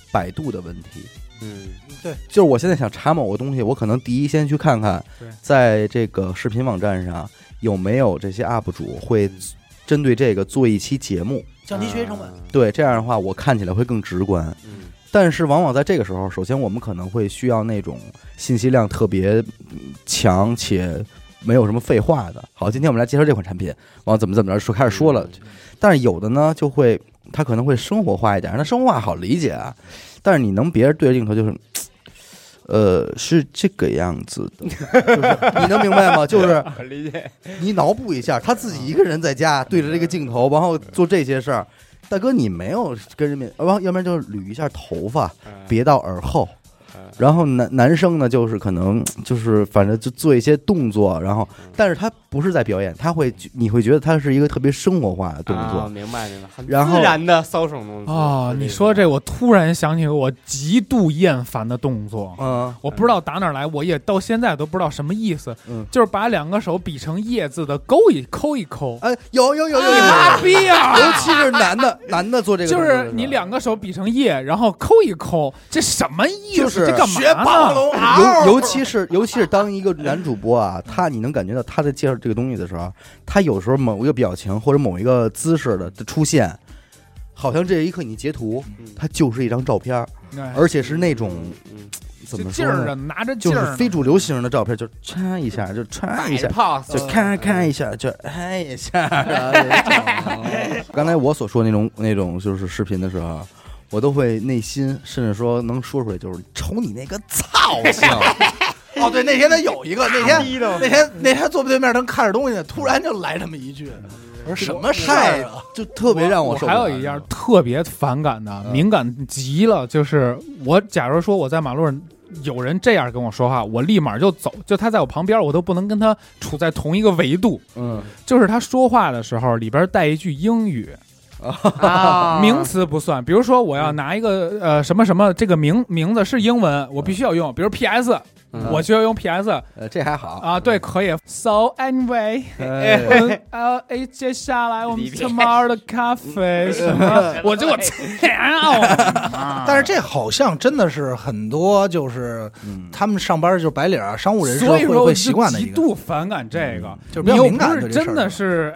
百度的问题。 对， 就是我现在想查某个东西，我可能第一先去看看，在这个视频网站上有没有这些 UP 主会针对这个做一期节目， 降低学习成本。 对，这样的话我看起来会更直观。但是往往在这个时候，首先我们可能会需要那种信息量特别强且没有什么废话的。好，今天我们来介绍这款产品，往怎么着说开始说了。但是有的呢，就会它可能会生活化一点，那生活化好理解啊。但是你能别人对着镜头就是，是这个样子的，就是你能明白吗？就是理解。 你脑补一下，他自己一个人在家对着这个镜头，然后做这些事儿。大哥，你没有跟人面，要不然就是捋一下头发，别到耳后。然后男生呢，就是可能就是反正就做一些动作，然后但是他不是在表演，你会觉得他是一个特别生活化的动作， 明白，很然后自然的搔首弄姿啊。你说这，我突然想起我极度厌烦的动作，我不知道打哪来，我也到现在都不知道什么意思，就是把两个手比成叶字的抠一抠， 哎，有， 你妈逼啊！ 尤其是男的做这个， 就是你两个手比成叶，然后抠一抠，这什么意思？ 就是这干嘛学暴龙尤其是当一个男主播啊，你能感觉到他在介绍这个东西的时候，他有时候某一个表情或者某一个姿势的出现，好像这一刻你截图，它就是一张照片，而且是那种怎么说呢？ 拿着劲儿， 就是非主流型的照片，就歘一下，就歘一下，就看一下，就哎一下。刚才我所说那种就是视频的时候，我都会内心甚至说能说出来，就是瞅你那个操性。 哦，对，那天他有一个，那天坐对面正看着东西呢，突然就来这么一句，我说什么事儿啊？ 就特别让我受不了。 还有一样特别反感的，敏感极了，就是我假如说我在马路上有人这样跟我说话，我立马就走，就他在我旁边，我都不能跟他处在同一个维度。就是他说话的时候里边带一句英语。名词不算，比如说我要拿一个什么什么，这个名字是英文，我必须要用，比如 PS，我就要用 PS， 这还好啊，对，可以。So anyway，接下来我们 tomorrow 的咖啡什么，我就但是这好像真的是很多，就是他们上班就是白领啊，商务人士会习惯的一个。 极度反感这个， 就是比较敏感的这事儿。 真的是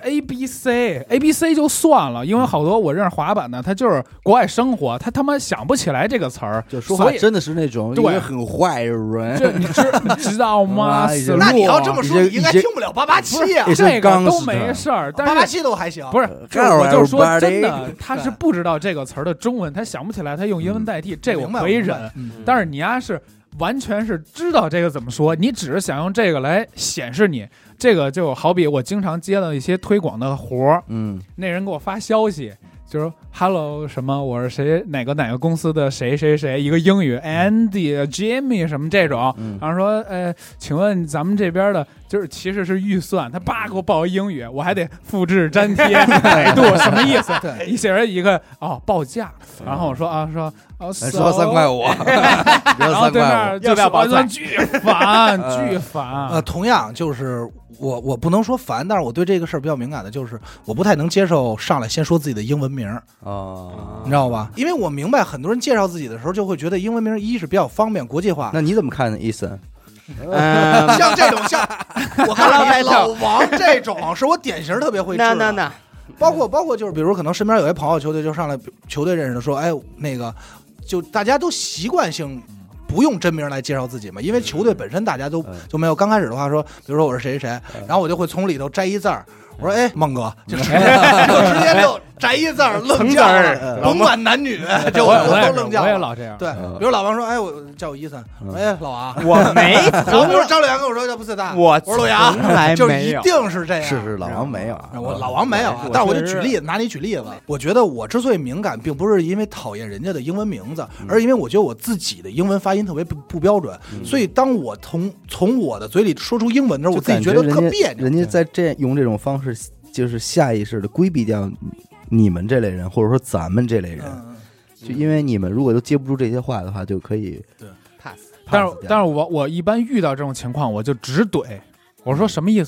ABC 就算了，因为好多我认识滑板的，他就是国外生活，他他妈想不起来这个词儿， 就说话真的是那种对很坏人。 这你知道吗？ 那你要这么说，你应该听不了887啊， 这个都没事儿，但是 887都还行。 不是，我就说真的，他是不知道这个词儿的中文，他想不起来，他用英文代替，这我可以忍。但是你丫是完全是知道这个怎么说，你只是想用这个来显示你。这个就好比我经常接了一些推广的活儿，那人给我发消息，就是 Hello 什么，我是谁哪个公司的谁谁谁，一个英语 Andy Jimmy 什么这种，然后说请问咱们这边的就是其实是预算，他叭给我报英语，我还得复制粘贴百度什么意思？你写着一个报价，然后我说说 3.5块， 然后对面要不要保存？ 巨烦。 同样就是我不能说烦，但是我对这个事儿比较敏感的，就是我不太能接受上来先说自己的英文名你知道吧？因为我明白很多人介绍自己的时候就会觉得英文名一是比较方便国际化。 那你怎么看呢，伊森？ 像这种我看老王这种是我典型特别会治。 那包括就是比如可能身边有些朋友球队就上来球队认识的说，那个就大家都习惯性不用真名来介绍自己嘛，因为球队本身大家都就没有。刚开始的话说，比如说我是谁谁，然后我就会从里头摘一字儿，我说孟哥，就直接就摘一字儿愣叫，甭管男女，就我都愣叫。 我也老这样。 对，比如老王说，我叫我伊森，老王， 我没。 然后比如张柳阳跟我说叫不是大，我说陆阳，就一定是这样。 是老王没有， 我老王没有，但是我就举例子，拿你举例子。我觉得我之所以敏感，并不是因为讨厌人家的英文名字，而因为我觉得我自己的英文发音特别不标准，所以当我从我的嘴里说出英文的时候，我自己觉得特别扭。 人家在用这种方式，就是下意识的规避掉你们这类人，或者说咱们这类人，就因为你们如果都接不住这些话的话，就可以 pass。 但是我一般遇到这种情况，我就直怼，我说什么意思？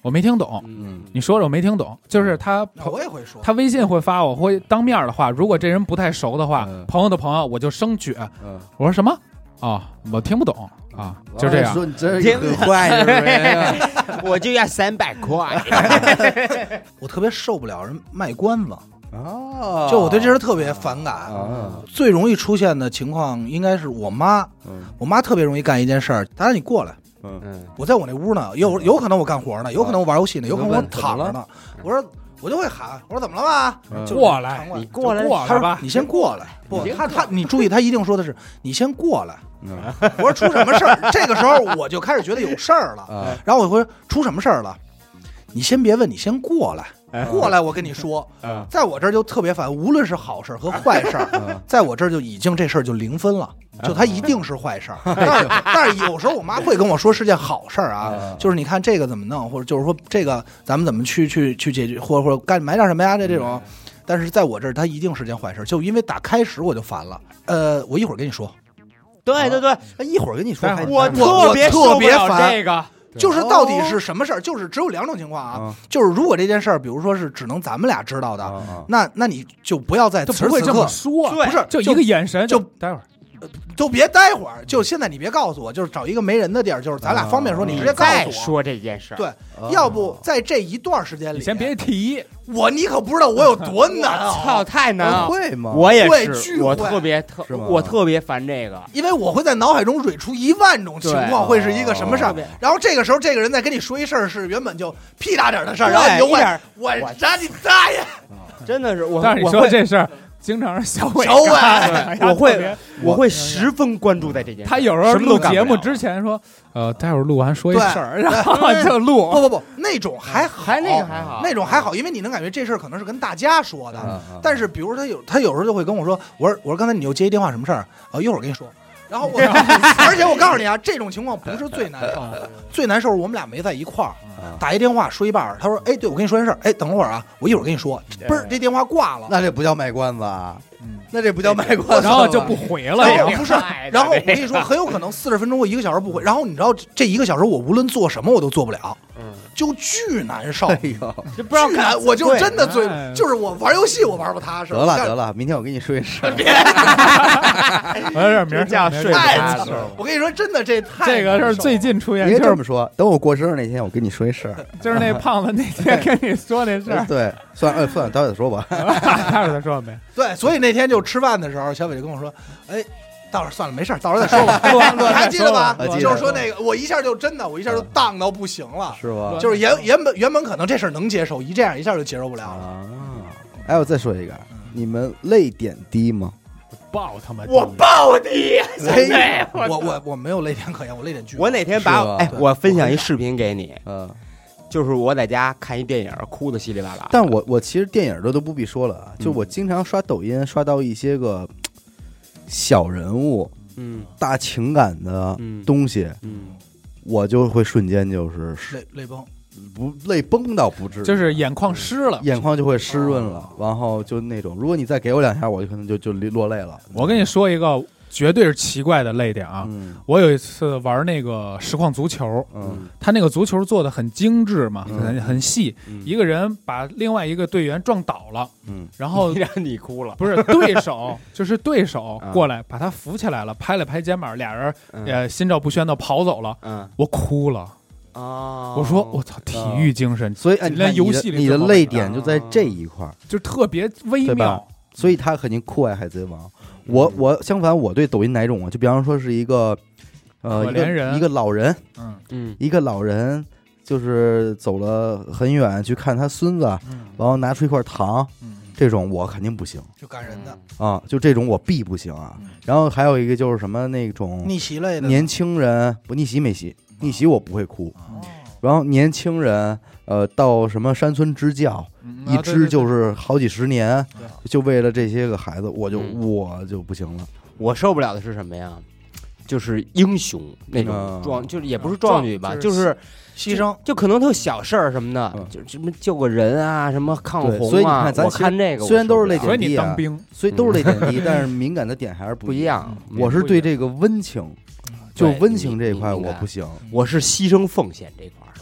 我没听懂，你说着我没听懂，就是我也会说， 他微信会发，我会当面的话，如果这人不太熟的话，朋友的朋友我就生撅，我说什么啊？我听不懂啊，就这样。 说你真是很坏人， 我就要300块。 我特别受不了人卖关子。 哦， 就我对这事特别反感。最容易出现的情况应该是我妈，我妈特别容易干一件事儿，大家你过来，我在我那屋呢，有可能我干活呢，有可能我玩游戏呢，有可能我躺着呢。我就会喊，我说怎么了吧？ 过来， 你过来， 他说你先过来。不，你注意，他一定说的是你先过来。我说出什么事儿？这个时候我就开始觉得有事儿了。然后我会说出什么事儿了？你先别问，你先过来。过来，我跟你说，在我这儿就特别烦，无论是好事和坏事，在我这儿就已经这事儿就0分了，就它一定是坏事。但是有时候我妈会跟我说是件好事啊，就是你看这个怎么弄，或者就是说这个咱们怎么去解决，或者买点什么呀这种。但是在我这儿，它一定是件坏事，就因为打开始我就烦了。我一会儿跟你说。 对， 一会儿跟你说， 我特别烦这个。 就是到底是什么事儿？就是只有2种情况啊，就是如果这件事儿，比如说是只能咱们俩知道的，那你就不要在此时此刻这么说， 不是就一个眼神， 就待会儿， 都别待会儿，就现在你别告诉我，就是找一个没人的地儿，就是咱俩方便说，你直接告诉我说这件事。 对，要不在这一段时间里， 你先别提你可不知道我有多难， 操，太难， 会吗？ 我也是，我特别烦这个， 因为我会在脑海中蕊出10000种情况，会是一个什么事儿，然后这个时候这个人在跟你说一事儿是原本就屁大点的事儿，然后你就问我让你大爷， 真的是我， 但是你说这事儿。经常是小伟， 我会十分关注在这件事。 他有时候录节目之前说，待会儿录完说一事儿，然后就录。 不，那种还好，那种还好，因为你能感觉这事儿可能是跟大家说的。但是比如他有时候就会跟我说，我说刚才你又接一电话什么事儿？一会儿跟你说。然后而且我告诉你啊，这种情况不是最难受的，最难受是我们俩没在一块儿，打一电话说一半，他说，哎，对我跟你说件事儿，哎，等会儿啊，我一会儿跟你说，嘣儿，这电话挂了， 那这不叫卖关子啊，那这不叫卖关子， 然后就不回了， 不是，然后我跟你说，很有可能40分钟或1个小时不回，然后你知道这1个小时我无论做什么我都做不了，就巨难受， 就不知道难，我就真的就是我玩游戏我玩不踏实。 得了，明天我跟你说一声， 我有点明儿叫睡踏实。 我跟你说，真的这个是最近出现， 别这么说，等我过生日那天我跟你说一声， 就是那胖子那天跟你说那事儿。 对，算了，待会儿再说吧， 待会儿再说呗。 对，所以那天就吃饭的时候，小伟就跟我说，哎。到时候算了，没事，到时候再说吧。你还记得吧？就是说那个，我一下就荡到不行了， 是吧？ 就是原本可能这事儿能接受，这样一下就接受不了了。 哎，我再说一个，你们泪点低吗？ 我爆低，我没有泪点可言，我泪点巨。 我哪天我分享一视频给你，就是我在家看一电影，哭的稀里哗啦。 但我其实电影都不必说了啊，就我经常刷抖音，刷到一些个。小人物，大情感的东西，我就会瞬间就是泪崩， 泪崩倒不至于， 就是眼眶湿了， 眼眶就会湿润了，然后就那种，如果你再给我2下，我就可能就落泪了。 我跟你说一个绝对是奇怪的泪点啊！我有一次玩那个实况足球，他那个足球做的很精致嘛，很细，一个人把另外一个队员撞倒了，然后让你哭了， 不是对手，就是对手过来把他扶起来了，拍了拍肩膀，俩人心照不宣的跑走了，我哭了。我说我操，体育精神， 所以连游戏里你的泪点就在这一块， 就特别微妙， 所以他肯定酷爱海贼王。我相反，我对抖音哪种啊？就比方说是一个一个老人，一个老人就是走了很远去看他孙子，然后拿出一块糖，这种我肯定不行， 就感人的啊，就这种我必不行啊。然后还有一个就是什么那种逆袭类的年轻人，不逆袭没袭，逆袭我不会哭。然后年轻人到什么山村支教，一支就是好几十年，就为了这些个孩子，我就不行了。 我受不了的是什么呀？就是英雄那种就是也不是壮举吧，就是牺牲， 就可能特小事儿什么的，就什么救个人啊，什么抗洪啊。 所以你看，咱我看这个虽然都是泪点低， 所以你当兵， 所以都是泪点低，但是敏感的点还是不一样。 我是对这个温情，就温情这一块我不行， 我是牺牲奉献这块。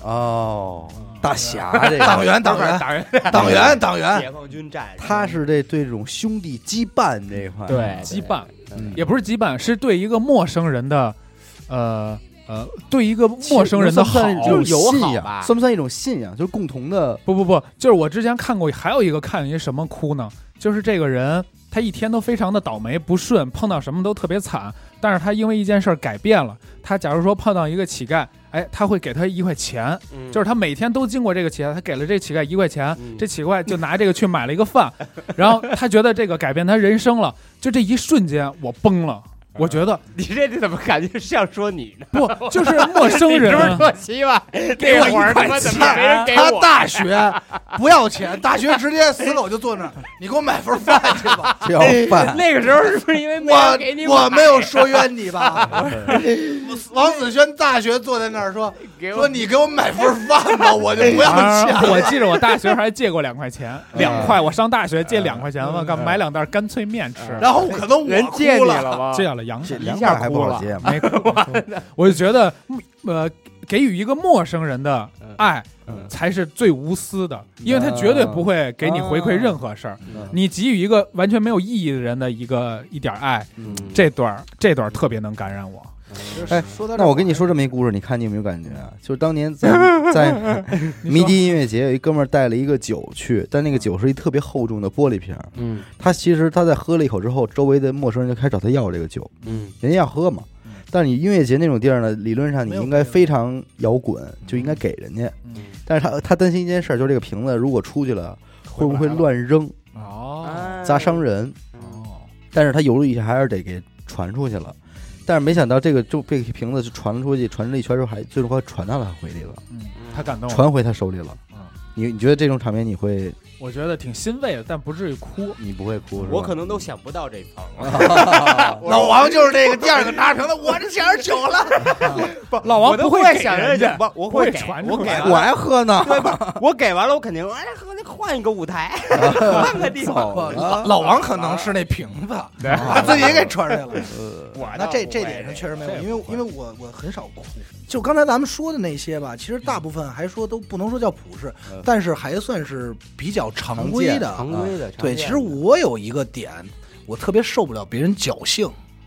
哦，大侠这个党员， 解放军战士， 他是对这种兄弟羁绊这一块， 对羁绊，也不是羁绊，是对一个陌生人的，对一个陌生人的好， 就是友好信仰吧， 算不算一种信仰？就是共同的。 不，就是我之前看过，还有一个看一什么哭呢？就是这个人他一天都非常的倒霉不顺，碰到什么都特别惨，但是他因为一件事改变了。他假如说碰到一个乞丐，哎，他会给他1块钱，就是他每天都经过这个乞丐，他给了这乞丐1块钱，这乞丐就拿这个去买了一个饭，然后他觉得这个改变他人生了，就这一瞬间我崩了。我觉得你这怎么感觉像说你呢？ 不，就是陌生人， 是不是特希望给我1块钱？没人给我。 他大学不要钱，大学直接死狗就坐那儿，你给我买份饭去吧。 要饭。 那个时候是不是因为没人给你我没有说冤你吧？王子轩大学坐在那儿说你给我买份饭吧，我就不要钱。 我记得我大学还借过2块钱，2块。我上大学借2块钱嘛，买2袋干脆面吃。 然后可能人借你了吗？ 借了。杨 2块还不好接， 没我就觉得，给予一个陌生人的爱，才是最无私的，因为他绝对不会给你回馈任何事儿。你给予一个完全没有意义的人的一点爱，这段特别能感染我。 哎，那我跟你说这么一故事，你看你有没有感觉啊？就是当年在迷笛音乐节，有一哥们儿带了一个酒去，但那个酒是一特别厚重的玻璃瓶。他其实他在喝了一口之后，周围的陌生人就开始找他要这个酒。人家要喝嘛。但是你音乐节那种地儿呢，理论上你应该非常摇滚，就应该给人家。但是他担心一件事，就是这个瓶子如果出去了，会不会乱扔？砸伤人。但是他犹豫一下，还是得给传出去了。但是没想到这个瓶子就传了出去，传了一圈之后，还最终还传到了他回里了。 他感动了， 传回他手里了。你觉得这种场面你会？ 我觉得挺欣慰的，但不至于哭。 你不会哭是吧？ 我可能都想不到这层。 老王就是这个第二个拿瓶子，我这钱是酒了。 老王不会想人家，我会传， 我给， 我还喝呢。 对吧？我给完了，我肯定换一个舞台，换个地方。 老王可能是那瓶子，把自己给传出来了。那这点上确实没有，因为我很少哭。就刚才咱们说的那些吧，其实大部分还说都不能说叫普世，但是还算是比较常规的。对，其实我有一个点，我特别受不了别人侥幸。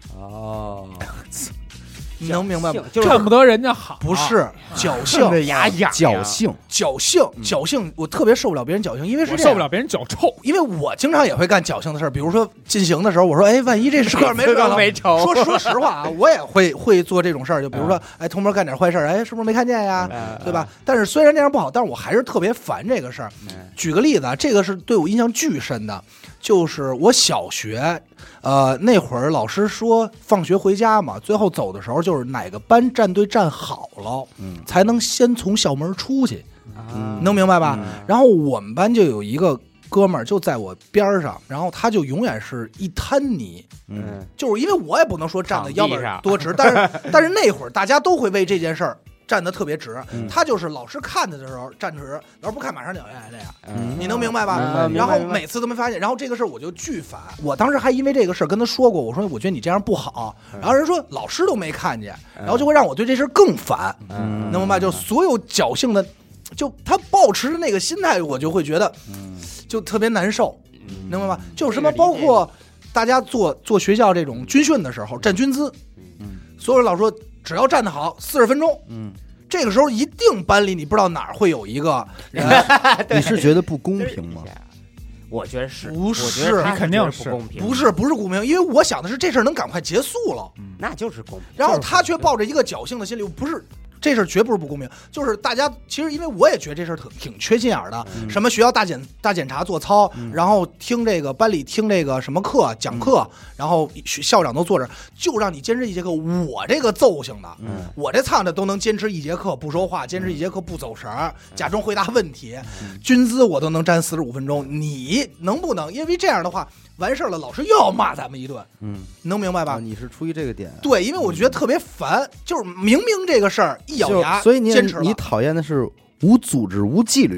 你能明白吗？ 恨不得人家好， 不是侥幸， 牙痒， 侥幸，我特别受不了别人侥幸，因为是受不了别人脚臭， 因为我经常也会干侥幸的事儿，比如说进行的时候，我说，哎，万一这事儿没成，说实话啊，我也会做这种事儿，就比如说，哎，偷摸干点坏事儿，哎，是不是没看见呀？对吧？但是虽然这样不好，但是我还是特别烦这个事儿。举个例子啊，这个是对我印象巨深的，就是我小学。那会儿老师说放学回家嘛，最后走的时候就是哪个班站队站好了，才能先从校门出去，能明白吧？然后我们班就有一个哥们儿就在我边上，然后他就永远是一滩泥，就是因为我也不能说站的腰板多直，但是那会儿大家都会为这件事儿站得特别直，他就是老师看他的时候站直，老师不看马上掉下来这样，你能明白吧？然后每次都没发现，然后这个事儿我就巨烦。我当时还因为这个事儿跟他说过，我说我觉得你这样不好，然后人说老师都没看见，然后就会让我对这事儿更烦，能明白？就所有侥幸的，就他抱持的那个心态，我就会觉得就特别难受，能明白吧？就是什么，包括大家做学校这种军训的时候站军姿，所有人老说。只要站得好，40分钟，这个时候一定班里你不知道哪儿会有一个人， 你是觉得不公平吗？ 我觉得是， 不是？ 你肯定是不公平， 不是公平，因为我想的是这事儿能赶快结束了， 那就是公平。 然后他却抱着一个侥幸的心理，不是。这事儿绝不是不公平，就是大家其实因为我也觉得这事儿挺缺心眼儿的，什么学校大检查做操，然后听这个班里听这个什么课讲课，然后校长都坐着，就让你坚持一节课。我这个奏性的，我这唱的都能坚持一节课不说话，坚持一节课不走神儿，假装回答问题，军姿我都能站45分钟，你能不能？因为这样的话。完事儿了，老师又要骂咱们一顿，能明白吧？ 你是出于这个点， 对，因为我觉得特别烦，就是明明这个事儿一咬牙， 所以你讨厌的是无组织、无纪律。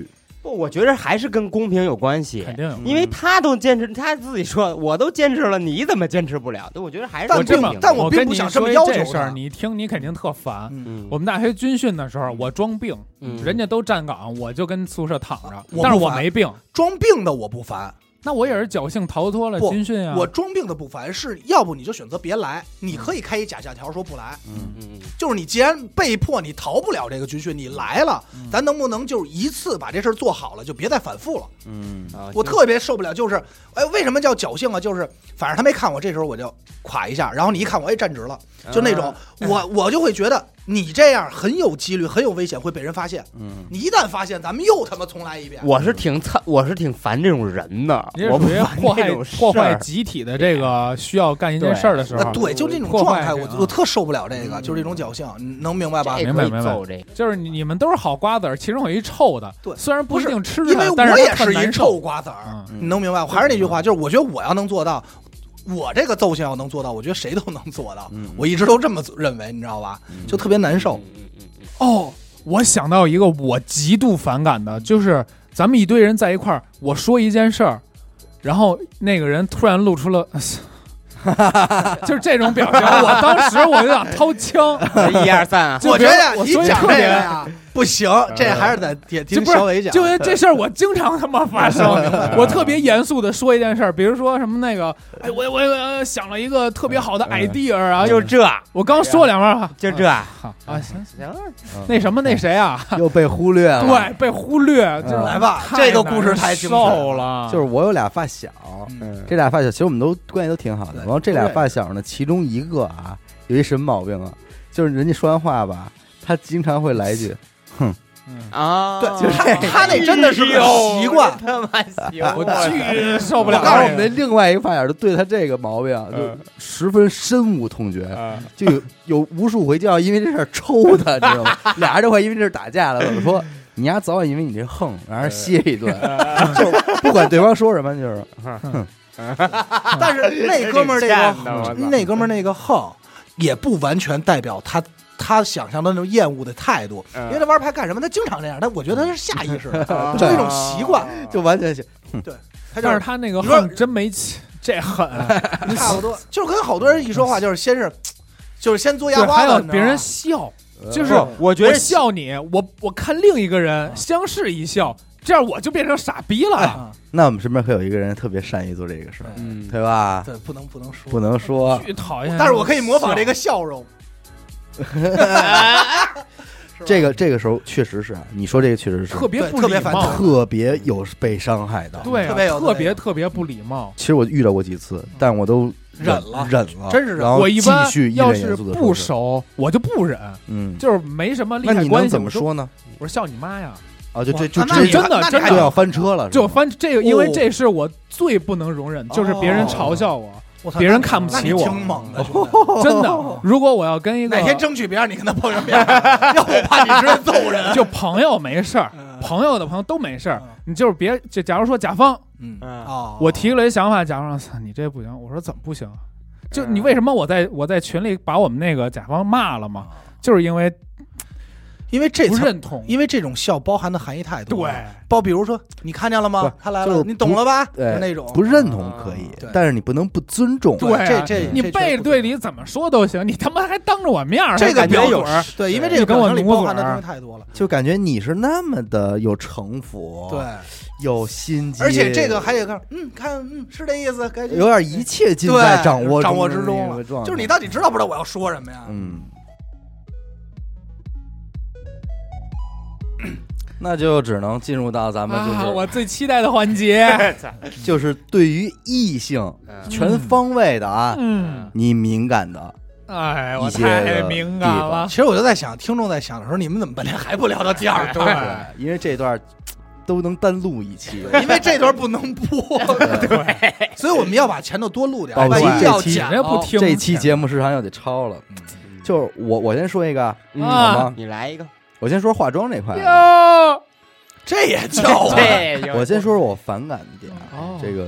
不，我觉得还是跟公平有关系， 肯定有， 因为他都坚持，他自己说我都坚持了，你怎么坚持不了？对，我觉得还是但我并不想这么要求这事儿，你听你肯定特烦。 嗯， 我们大学军训的时候，我装病，人家都站岗，我就跟宿舍躺着，但是我没病， 装病的我不烦。 那我也是侥幸逃脱了军训啊！ 我装病的不烦，是要不你就选择别来，你可以开一假假条说不来。就是你既然被迫你逃不了这个军训，你来了，咱能不能就是一次把这事儿做好了，就别再反复了。我特别受不了，就是为什么叫侥幸啊？就是反正他没看我，这时候我就垮一下，然后你一看我站直了，就那种我就会觉得你这样很有几率、很有危险会被人发现。你一旦发现，咱们又他妈重来一遍。我是挺烦这种人的。 我不破坏集体的这个需要干一件事儿的时候， 对，就这种状态，我特受不了这个，就是这种侥幸，能明白吧？ 明白。就是你们都是好瓜子儿，其中有一臭的，对，虽然不一定吃它， 因为我也是一臭瓜子儿，你能明白？还是那句话，就是我觉得我要能做到，我这个奏性要能做到，我觉得谁都能做到。我一直都这么认为，你知道吧？就特别难受。 哦，我想到一个我极度反感的，就是咱们一堆人在一块儿，我说一件事儿。然后那个人突然露出了，就是这种表情，我当时我就想掏枪 ，1、2、3啊！ 我觉得你讲这个呀不行，这还是得听小伟讲。 就因为这事儿我经常他妈发生，我特别严肃的说一件事儿，比如说什么那个，我想了一个特别好的 idea 啊， 就这， 我刚说2遍， 就这啊， 行，那什么那谁啊， 又被忽略了， 对，被忽略， 来吧，这个故事太精彩了。就是我有俩发小，这俩发小其实我们都关系都挺好的，然后这俩发小呢，其中一个啊有一什么毛病啊，就是人家说完话吧，他经常会来一句。哼啊， 对，就是他那真的是个习惯， 他妈习惯， 我巨受不了。 但是我们的另外一个发小就对他这个毛病就十分深恶痛绝，就有无数回就要因为这事儿抽他，知道吗？俩人就会因为这事打架了。我说你丫早晚因为你这横，让人歇一顿，就不管对方说什么，就是哼。 但是那哥们儿那个横，也不完全代表他想象的那种厌恶的态度，因为他玩牌干什么？他经常这样，我觉得他是下意识的，就一种习惯， 就完全是。 对， 但是他那个横真没这狠， 差不多。就是跟好多人一说话，就是先嘬牙花子，还有别人笑，就是我觉得笑你，我看另一个人相视一笑，这样我就变成傻逼了。 那我们身边会有一个人特别善于做这个事儿，对吧？ 对，不能说， 巨讨厌。 但是我可以模仿这个笑容。 这个时候确实是，你说这个确实是特别不礼貌， 特别有被伤害的， 对，特别不礼貌。 其实我遇到过几次，但我都忍了， 真是然后我一般要是不熟，我就不忍，就是没什么利害关系。 那你能怎么说呢？ 我说笑你妈呀！ 啊，就真的就要翻车了， 就翻这个，因为这是我最不能容忍，就是别人嘲笑我。别人看不起我， 挺猛的， 真的。如果我要跟一个哪天争取别让你跟他碰上面，要我怕你直接揍人。 就朋友没事儿，朋友的朋友都没事儿，你就是别就假如说甲方，我提了一想法，甲方说你这不行，我说怎么不行？就你为什么我在群里把我们那个甲方骂了嘛？就是因为这不认同， 因为这种笑包含的含义太多。 对， 比如说你看见了吗？他来了，你懂了吧？那种不认同可以，但是你不能不尊重。 对， 这你背对里怎么说都行，你他妈还当着我面这个表有对，因为这个跟我里包含的东西太多了， 就感觉你是那么的有城府， 对， 有心机， 而且这个还有个是这意思， 有点一切尽在掌握之中了，就是你到底知道不知道我要说什么呀？ 那就只能进入到咱们就是我最期待的环节， 就是对于异性全方位的你敏感的， 我太敏感了。 其实我就在想，听众在想的时候，你们怎么半天还不聊到第二段？因为这段都能单录一期， 因为这段不能播，对，所以我们要把前头多录点。 这期节目时长又得超了。就是我先说一个，好吗？ 你来一个。 我先说化妆这块， 这也叫我先说说我反感的点，这个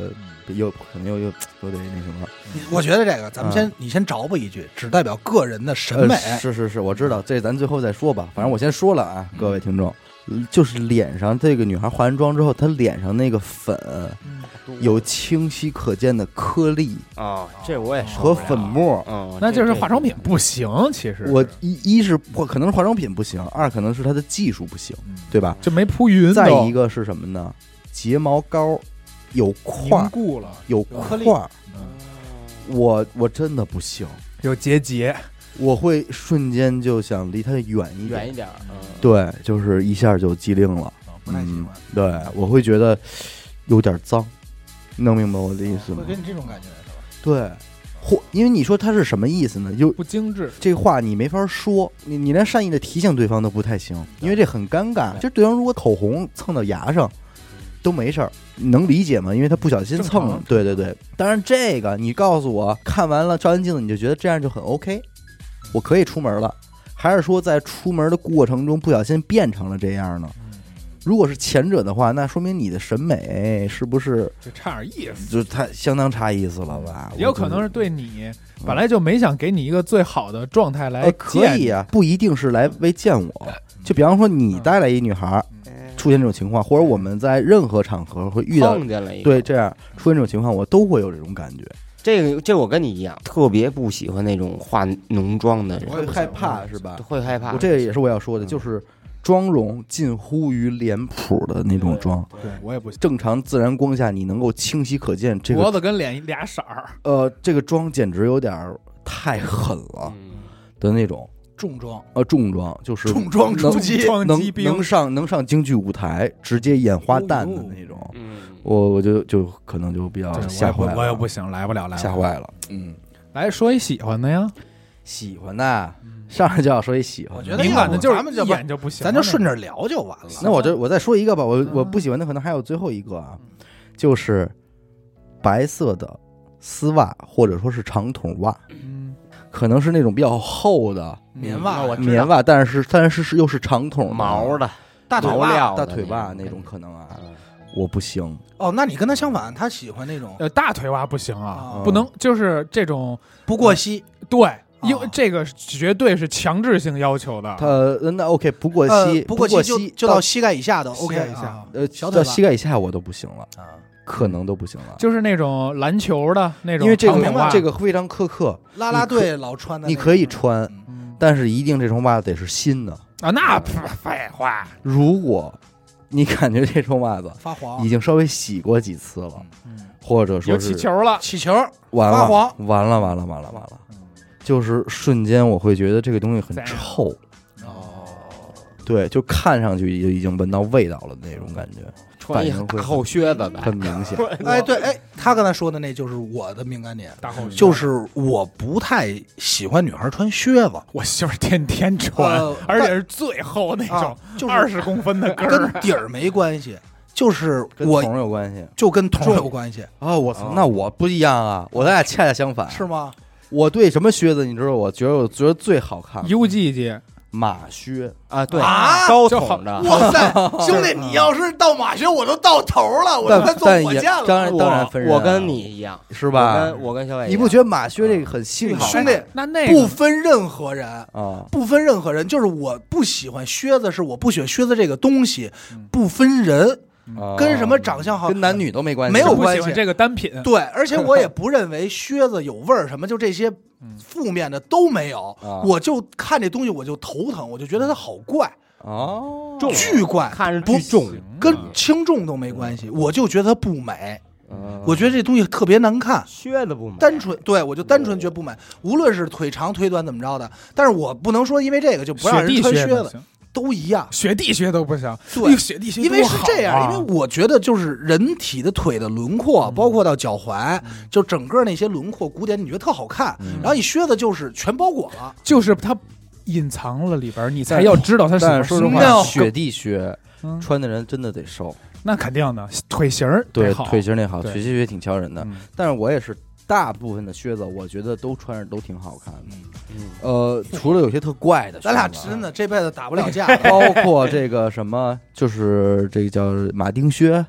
又可能又得那什么。 我觉得这个咱们你先着补一句，只代表个人的审美。 是，我知道，这咱最后再说吧。反正我先说了啊，各位听众，就是脸上这个女孩化完妆之后，她脸上那个粉有清晰可见的颗粒啊，这我也和粉末， 那就是化妆品不行。其实我一是可能是化妆品不行，二可能是它的技术不行，对吧？ 就没铺匀。 再一个是什么呢？睫毛膏有块固了， 有块，我真的不行， 有结，我会瞬间就想离它远一点。对，就是一下就机灵了， 不太喜欢。 对，我会觉得有点脏。能明白我的意思吗？ 会给你这种感觉是吧？ 对，因为你说它是什么意思呢？就不精致， 这话你没法说，你连善意的提醒对方都不太行，因为这很尴尬。就对方如果口红蹭到牙上都没事儿，你能理解吗？因为他不小心蹭了。对。当然这个你告诉我，看完了照完镜子你就觉得这样就很 OK， 我可以出门了，还是说在出门的过程中不小心变成了这样呢？如果是前者的话，那说明你的审美是不是就差点意思， 就太相当差意思了吧？ 也有可能是对你本来就没想给你一个最好的状态来可以啊，不一定是来为见我。就比方说你带来一女孩出现这种情况，或者我们在任何场合会遇到对这样出现这种情况，我都会有这种感觉。 这我跟你一样，特别不喜欢那种化浓妆的人， 会害怕是吧？ 会害怕。 这也是我要说的，就是妆容近乎于脸谱的那种妆。 对我也不正常自然光下，你能够清晰可见这个脖子跟脸俩色儿。 这个妆简直有点太狠了的那种重妆。 重妆就是重妆出击， 能上京剧舞台，直接演花旦的那种。我就可能就比较吓坏了。 我也不行，来不了， 吓坏了。 来说一喜欢的呀， 喜欢的。上来就要说一喜欢， 我觉得敏感的就是一眼就不行， 咱就顺着聊就完了。 那我再说一个吧，我不喜欢的可能还有最后一个啊，就是白色的丝袜或者说是长筒袜，可能是那种比较厚的棉袜， 但是又是长筒毛的大腿袜那种可能啊，我不行。 哦，那你跟他相反，他喜欢那种大腿袜不行啊，不能就是这种不过膝， 对。因为这个绝对是强制性要求的。 那 OK， 不过膝， 不过膝就到膝盖以下的 OK 一下， 到膝盖以下我都不行了可能都不行了。 就是那种篮球的那种， 因为这个非常苛刻， 啦啦队老穿的， 你可以穿，但是一定这双袜子得是新的啊。那废话， 如果你感觉这双袜子发黄， 已经稍微洗过几次了，或者说有起球了， 发黄， 完了。就是瞬间我会觉得这个东西很臭对，就看上去已经闻到味道了那种感觉， 穿一大厚靴子很明显。 对，他刚才说的那就是我的敏感点，就是我不太喜欢女孩穿靴子， 我媳妇天天穿，而且是最厚那种，就20公分的跟儿， 跟底儿没关系。就是跟筒有关系， 就跟筒有关系我操，那我不一样啊，我咱俩恰恰相反， 是吗？ 我对什么靴子你知道？我觉得最好看的 UGG 马靴啊，对高筒的。 哇塞，兄弟，你要是到马靴，我都到头了，我他妈坐火箭了。 当然分人， 我跟你一样， 是吧？ 我跟小伟， 你不觉得马靴这个很性感？ 兄弟， 那不分任何人啊，不分任何人，就是我不喜欢靴子，是我不喜欢靴子这个东西，不分人。跟什么长相好， 跟男女都没关系， 没有关系。 这个单品， 对，而且我也不认为靴子有味儿，什么就这些负面的都没有。我就看这东西我就头疼，我就觉得它好怪巨怪， 看着巨重， 跟轻重都没关系，我就觉得它不美。我觉得这东西特别难看， 靴子不美， 单纯对我就单纯觉得不美，无论是腿长腿短怎么着的，但是我不能说因为这个就不让人穿靴子。都一样， 雪地靴都不行。 对， 雪地靴因为是这样，因为我觉得就是人体的腿的轮廓，包括到脚踝，就整个那些轮廓鼓点，你觉得特好看。然后你靴子就是全包裹了， 就是它隐藏了里边，你才要知道它是什么。 说实话，雪地靴穿的人真的得瘦， 那肯定的，腿型对腿型那好，雪地靴挺敲人的。但是我也是。大部分的靴子，我觉得都穿着都挺好看的。除了有些特怪的， 咱俩真的这辈子打不了架。 包括这个什么，就是这个叫马丁靴，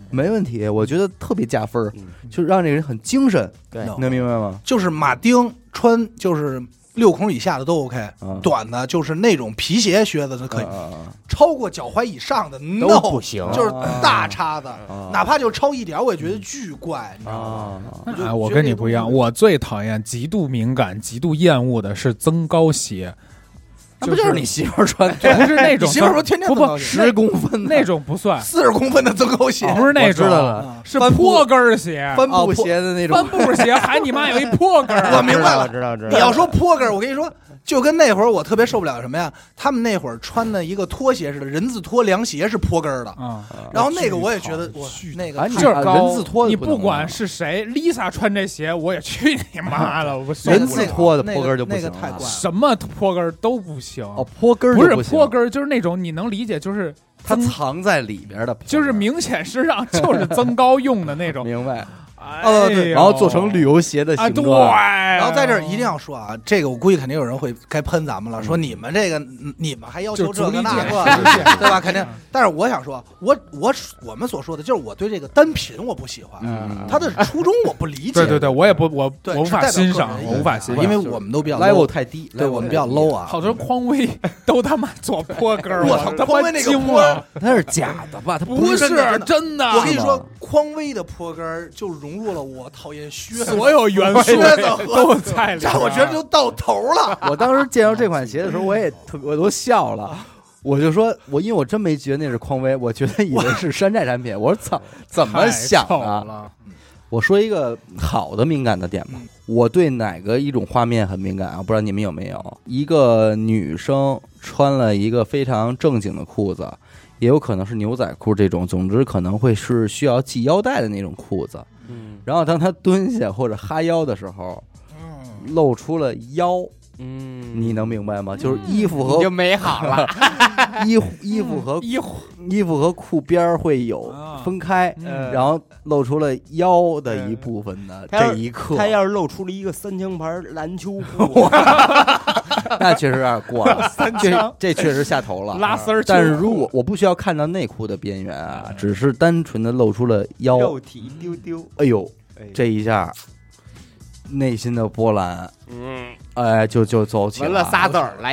没问题，我觉得特别加分，就让这个人很精神。 对， 能明白吗？ 就是马丁穿就是6孔以下的都 OK，短的就是那种皮鞋靴子的可以，超过脚踝以上的都不行， 就是大叉子，哪怕就超一点，我也觉得巨怪，你知道吗？ 哎，我跟你不一样，我最讨厌、极度敏感、极度厌恶的是增高鞋。 那不就是你媳妇穿？ 不是那种， 媳妇不天天不 10公分那种不算 ，40公分的增高鞋， 不是那种，是坡跟鞋， 帆布鞋的那种， 帆布鞋还你妈有一坡跟。 我明白了， 知道。 你要说坡跟，我跟你说，就跟那会儿我特别受不了什么呀？他们那会儿穿的一个拖鞋似的，人字拖凉鞋是坡跟的，然后那个我也觉得那个就是人字拖， 你不管是谁 ，Lisa 穿这鞋，我也去你妈了！我人字拖的坡跟就不行， 那个太怪了， 什么坡跟都不行。 哦，坡跟不是坡跟，就是那种你能理解，就是它藏在里边的， 就是明显是让就是增高用的那种， 明白？ 对， 然后做成旅游鞋的形状。 对， 然后在这儿一定要说啊，这个我估计肯定有人会该喷咱们了，说你们这个你们还要求这个那个，对吧？肯定。但是我想说，我们所说的就是我对这个单品我不喜欢，他的初衷我不理解。 对，我也不我无法欣赏，我无法欣赏， 因为我们都比较 level 太低， 对我们比较 low 啊。 好多匡威都他妈做坡跟儿， 我操，匡威那个坡它是假的吧？它不是真的。 我跟你说，匡威的坡跟就融入了我讨厌靴子所有元素都在里边， 我觉得就到头了。 我当时见到这款鞋的时候，我都笑了。我就说，因为我真没觉得那是匡威，我觉得以为是山寨产品。我说操，怎么想啊？我说一个好的敏感的点吧，我对哪个一种画面很敏感啊？不知道你们有没有？一个女生穿了一个非常正经的裤子，也有可能是牛仔裤这种，总之可能会是需要系腰带的那种裤子。然后当她蹲下或者哈腰的时候，露出了腰。你能明白吗？就是衣服和就美好了， 衣服和裤边会有分开，然后露出了腰的一部分的这一刻， 他要是露出了一个3枪牌篮球裤， 那确实有点过了，这确实下头了， 拉丝儿。 但是如果我不需要看到内裤的边缘啊，只是单纯的露出了腰， 肉体一丢丢， 哎呦，这一下内心的波澜，就走起来了， 闻了仨字儿来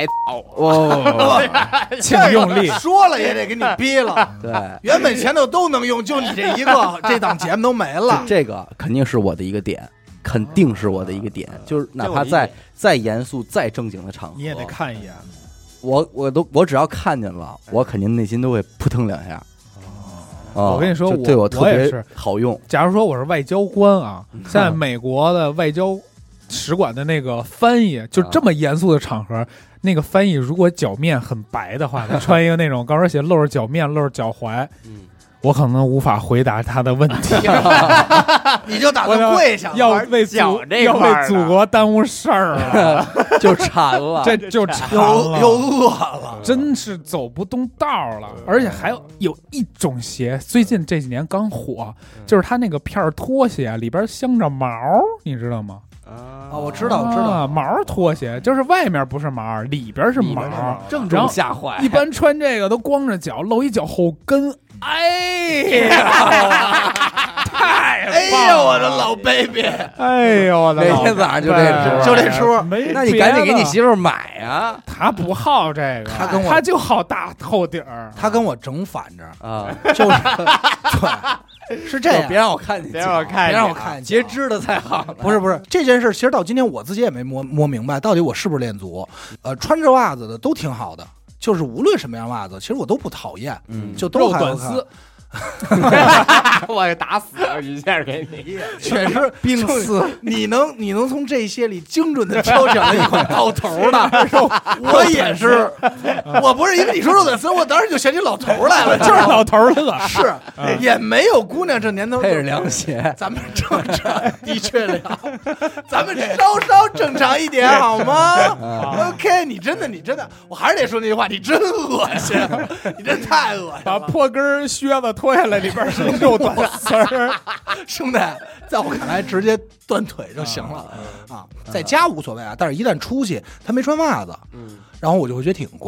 请用力， 说了也得给你逼了。 对， 原本前头都能用，就你这一个，这档节目都没了。 这个肯定是我的一个点，肯定是我的一个点，就是哪怕再严肃、再正经的场合， 你也得看一眼。 我只要看见了，我肯定内心都会扑腾2下。 我跟你说， 对我特别好用。 假如说我是外交官啊，现在美国的外交使馆的那个翻译，就这么严肃的场合，那个翻译如果脚面很白的话，他穿一个那种高跟鞋，露着脚面，露着脚踝，我可能无法回答他的问题。 你就打算跪下， 要为祖国耽误事儿了， 就馋了， 这就馋了， 又饿了， 真是走不动道了。而且还有一种鞋，最近这几年刚火，就是它那个片拖鞋里边镶着毛，你知道吗？ 我知道， 毛拖鞋就是外面不是毛，里边是毛， 正中下怀。 一般穿这个都光着脚，露一脚后跟。哎呀，太棒了！ 我的老 baby， 哎呦我的， 每天早上就这出，那你赶紧给你媳妇买啊！ 他不好这个，他就好大透底儿， 他跟我整反着啊， 就是对，是这样。 别让我看见， 别让我看见， 截肢的才好。 不是，这件事其实到今天我自己也没摸明白，到底我是不是练足？穿着袜子的都挺好的。就是无论什么样袜子，其实我都不讨厌，就都还短丝， 我打死一下给你， 确实冰丝， 你能从这些里精准的挑选了一款到头的，我也是，我不是因为你说肉短丝，我当时就想起老头来了， 就是老头乐， 是也没有姑娘这年头配着凉鞋， 咱们正常，的确凉，咱们稍正常一点好吗 ？OK， 你真的，我还是得说那句话，你真恶心，你真太恶心了， 把破跟靴子脱下来，里边是肉短丝儿， 兄弟，在我看来直接断腿就行了在家无所谓啊，但是一旦出去他没穿袜子，然后我就会觉得挺怪的。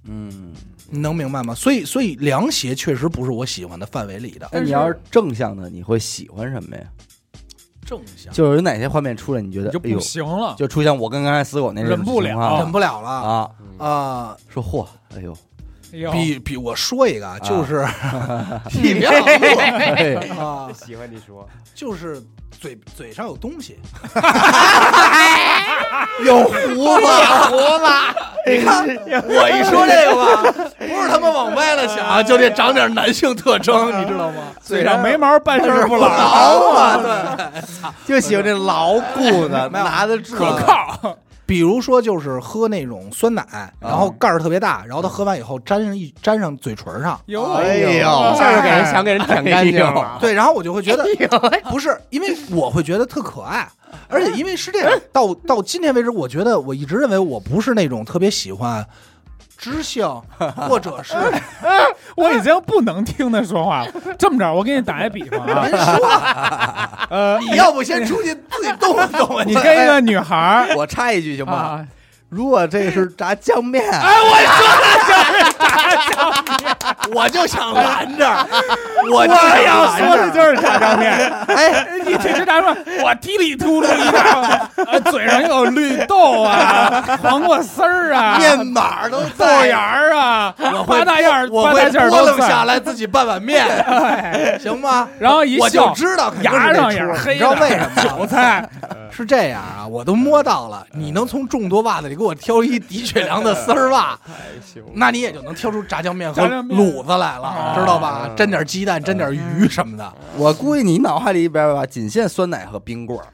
你能明白吗？所以凉鞋确实不是我喜欢的范围里的。 那你要是正向的，你会喜欢什么呀？ 正向就是有哪些画面出来，你觉得就不行了， 就出现我跟刚才死狗那忍不了， 忍不了了说嚯，哎呦。 比我说一个啊，就是你别老喜欢你说， 就是嘴上有东西， 有胡子， 你看我一说这个吧，不是他们往歪了想，就得长点男性特征，你知道吗？ 嘴上没毛，办事不牢啊，对， 就喜欢这牢固的，拿得住， 可靠。 比如说，就是喝那种酸奶，然后盖儿特别大，然后他喝完以后沾上嘴唇上， 哎呦， 一下就想给人舔干净了。 对，然后我就会觉得，不是，因为我会觉得特可爱，而且因为是这样，到今天为止，我觉得我一直认为我不是那种特别喜欢知性，或者是我已经不能听他说话了。这么着，我给你打一比方啊， 您说，你要不先出去自己动动啊？ 你跟一个女孩， 我插一句行吗？如果这是炸酱面， 哎，我说的就是炸酱面， 我就想拦着，我要说的就是炸酱面。哎，你这吃炸酱面，我踢里秃噜一大，嘴上有绿豆啊，黄瓜丝儿啊， 面码都豆芽儿啊，八大样， 我会拨楞下来自己拌碗面，行吗？ 然后一我就知道牙上也是黑的， 你知道为什么？ 韭菜是这样啊，我都摸到了，你能从众多袜子里给我挑一的确良的丝儿袜，那你也就能挑出炸酱面和卤子来了，知道吧？沾点鸡蛋，沾点鱼什么的。 我估计你脑海里边吧，仅限酸奶和冰棍儿。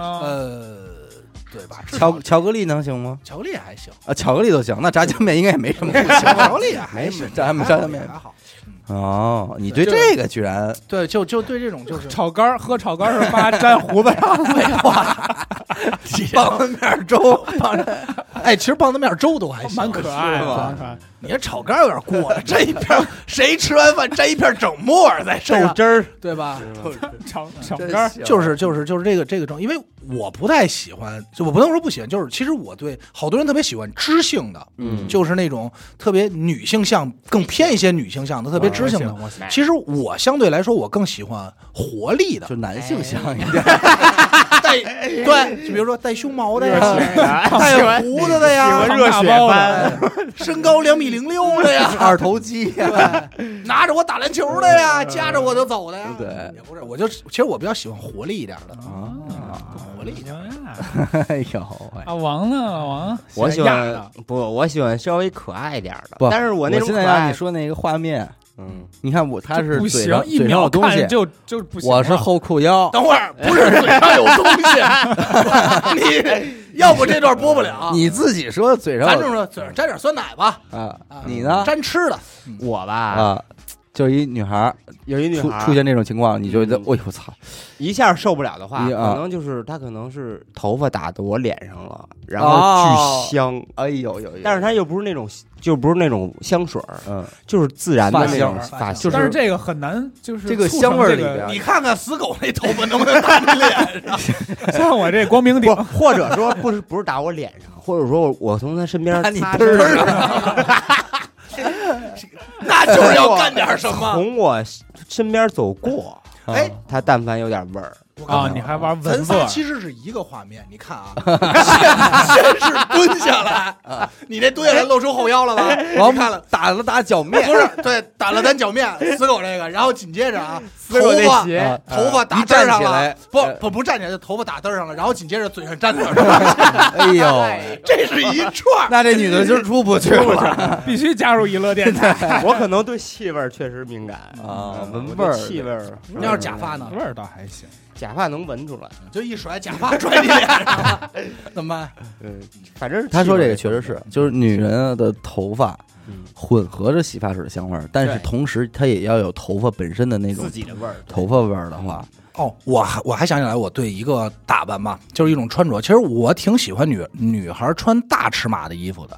对吧？ 巧克力能行吗？ 巧克力还行啊，巧克力都行。那炸酱面应该也没什么不行， 巧克力还行， 炸酱面还好。 哦，你对这个居然对，就对这种就是炒肝，喝炒肝是把沾胡子上， 废话。棒子面粥，哎，其实棒子面粥都还行， 蛮可爱的。 你这炒肝有点过了，这一片谁吃完饭沾一片整沫在身上， 豆汁儿， 对吧？ 炒肝就是这个粥，因为我不太喜欢，就我不能说不喜欢，就是其实我对好多人特别喜欢知性的，就是那种特别女性向，更偏一些女性向的，特别知性的。其实我相对来说，我更喜欢活力的， 就男性向一点。 对，就比如说带胸毛的呀，带胡子的呀， 热血般， 身高2.06米的呀， 二头肌呀， 拿着我打篮球的呀，夹着我就走的呀。 对， 也不是，其实我比较喜欢活力一点的啊， 活力一点。 哎呦， 啊，王呢？王， 我喜欢我喜欢稍微可爱一点的。 不， 但是我那种现在让你说那个画面。你看他是不行， 一秒东西就不行。 我是后裤腰。 等会儿不是嘴上有东西，你要不这段播不了。 你自己说嘴上， 咱就说嘴上沾点酸奶吧。 你呢？ 沾吃的。 我吧就一女孩， 有一女孩出现这种情况，你就觉得，哎呦操！ 一下受不了的话，可能就是她可能是头发打到我脸上了，然后巨香， 哎呦呦！ 但是她又不是那种，就不是那种香水，就是自然的那种发香。 但是这个很难，就是这个香味里边， 你看看死狗那头发能不能打你脸上？ 像我这光明顶， 或者说不是打我脸上，或者说我从她身边擦身上。那就是要干点什么， 从我身边走过， 哎， 他但凡有点味儿啊，你还玩闻味？ 咱仨其实是一个画面，你看啊，先是蹲下来，你这蹲下来露出后腰了吧？我看了， 打脚面， 不是对，打了咱脚面，死狗这个，然后紧接着啊，头发打站上了， 起来， 不站起来，头发打灯上了，然后紧接着嘴上沾点， 哎呦， 这是一串， 那这女的就出不去了， 必须加入娱乐电台。 我可能对气味确实敏感啊，闻味儿， 气味。 你要是假发呢？ 味儿倒还行。 假发能闻出来， 就一甩假发拽你脸上，怎么办？ 反正他说这个确实是，就是女人的头发混合着洗发水的香味儿，但是同时它也要有头发本身的那种自己的味儿。 头发味儿的话， 哦，我还想起来，我对一个打扮吧，就是一种穿着，其实我挺喜欢女孩穿大尺码的衣服的。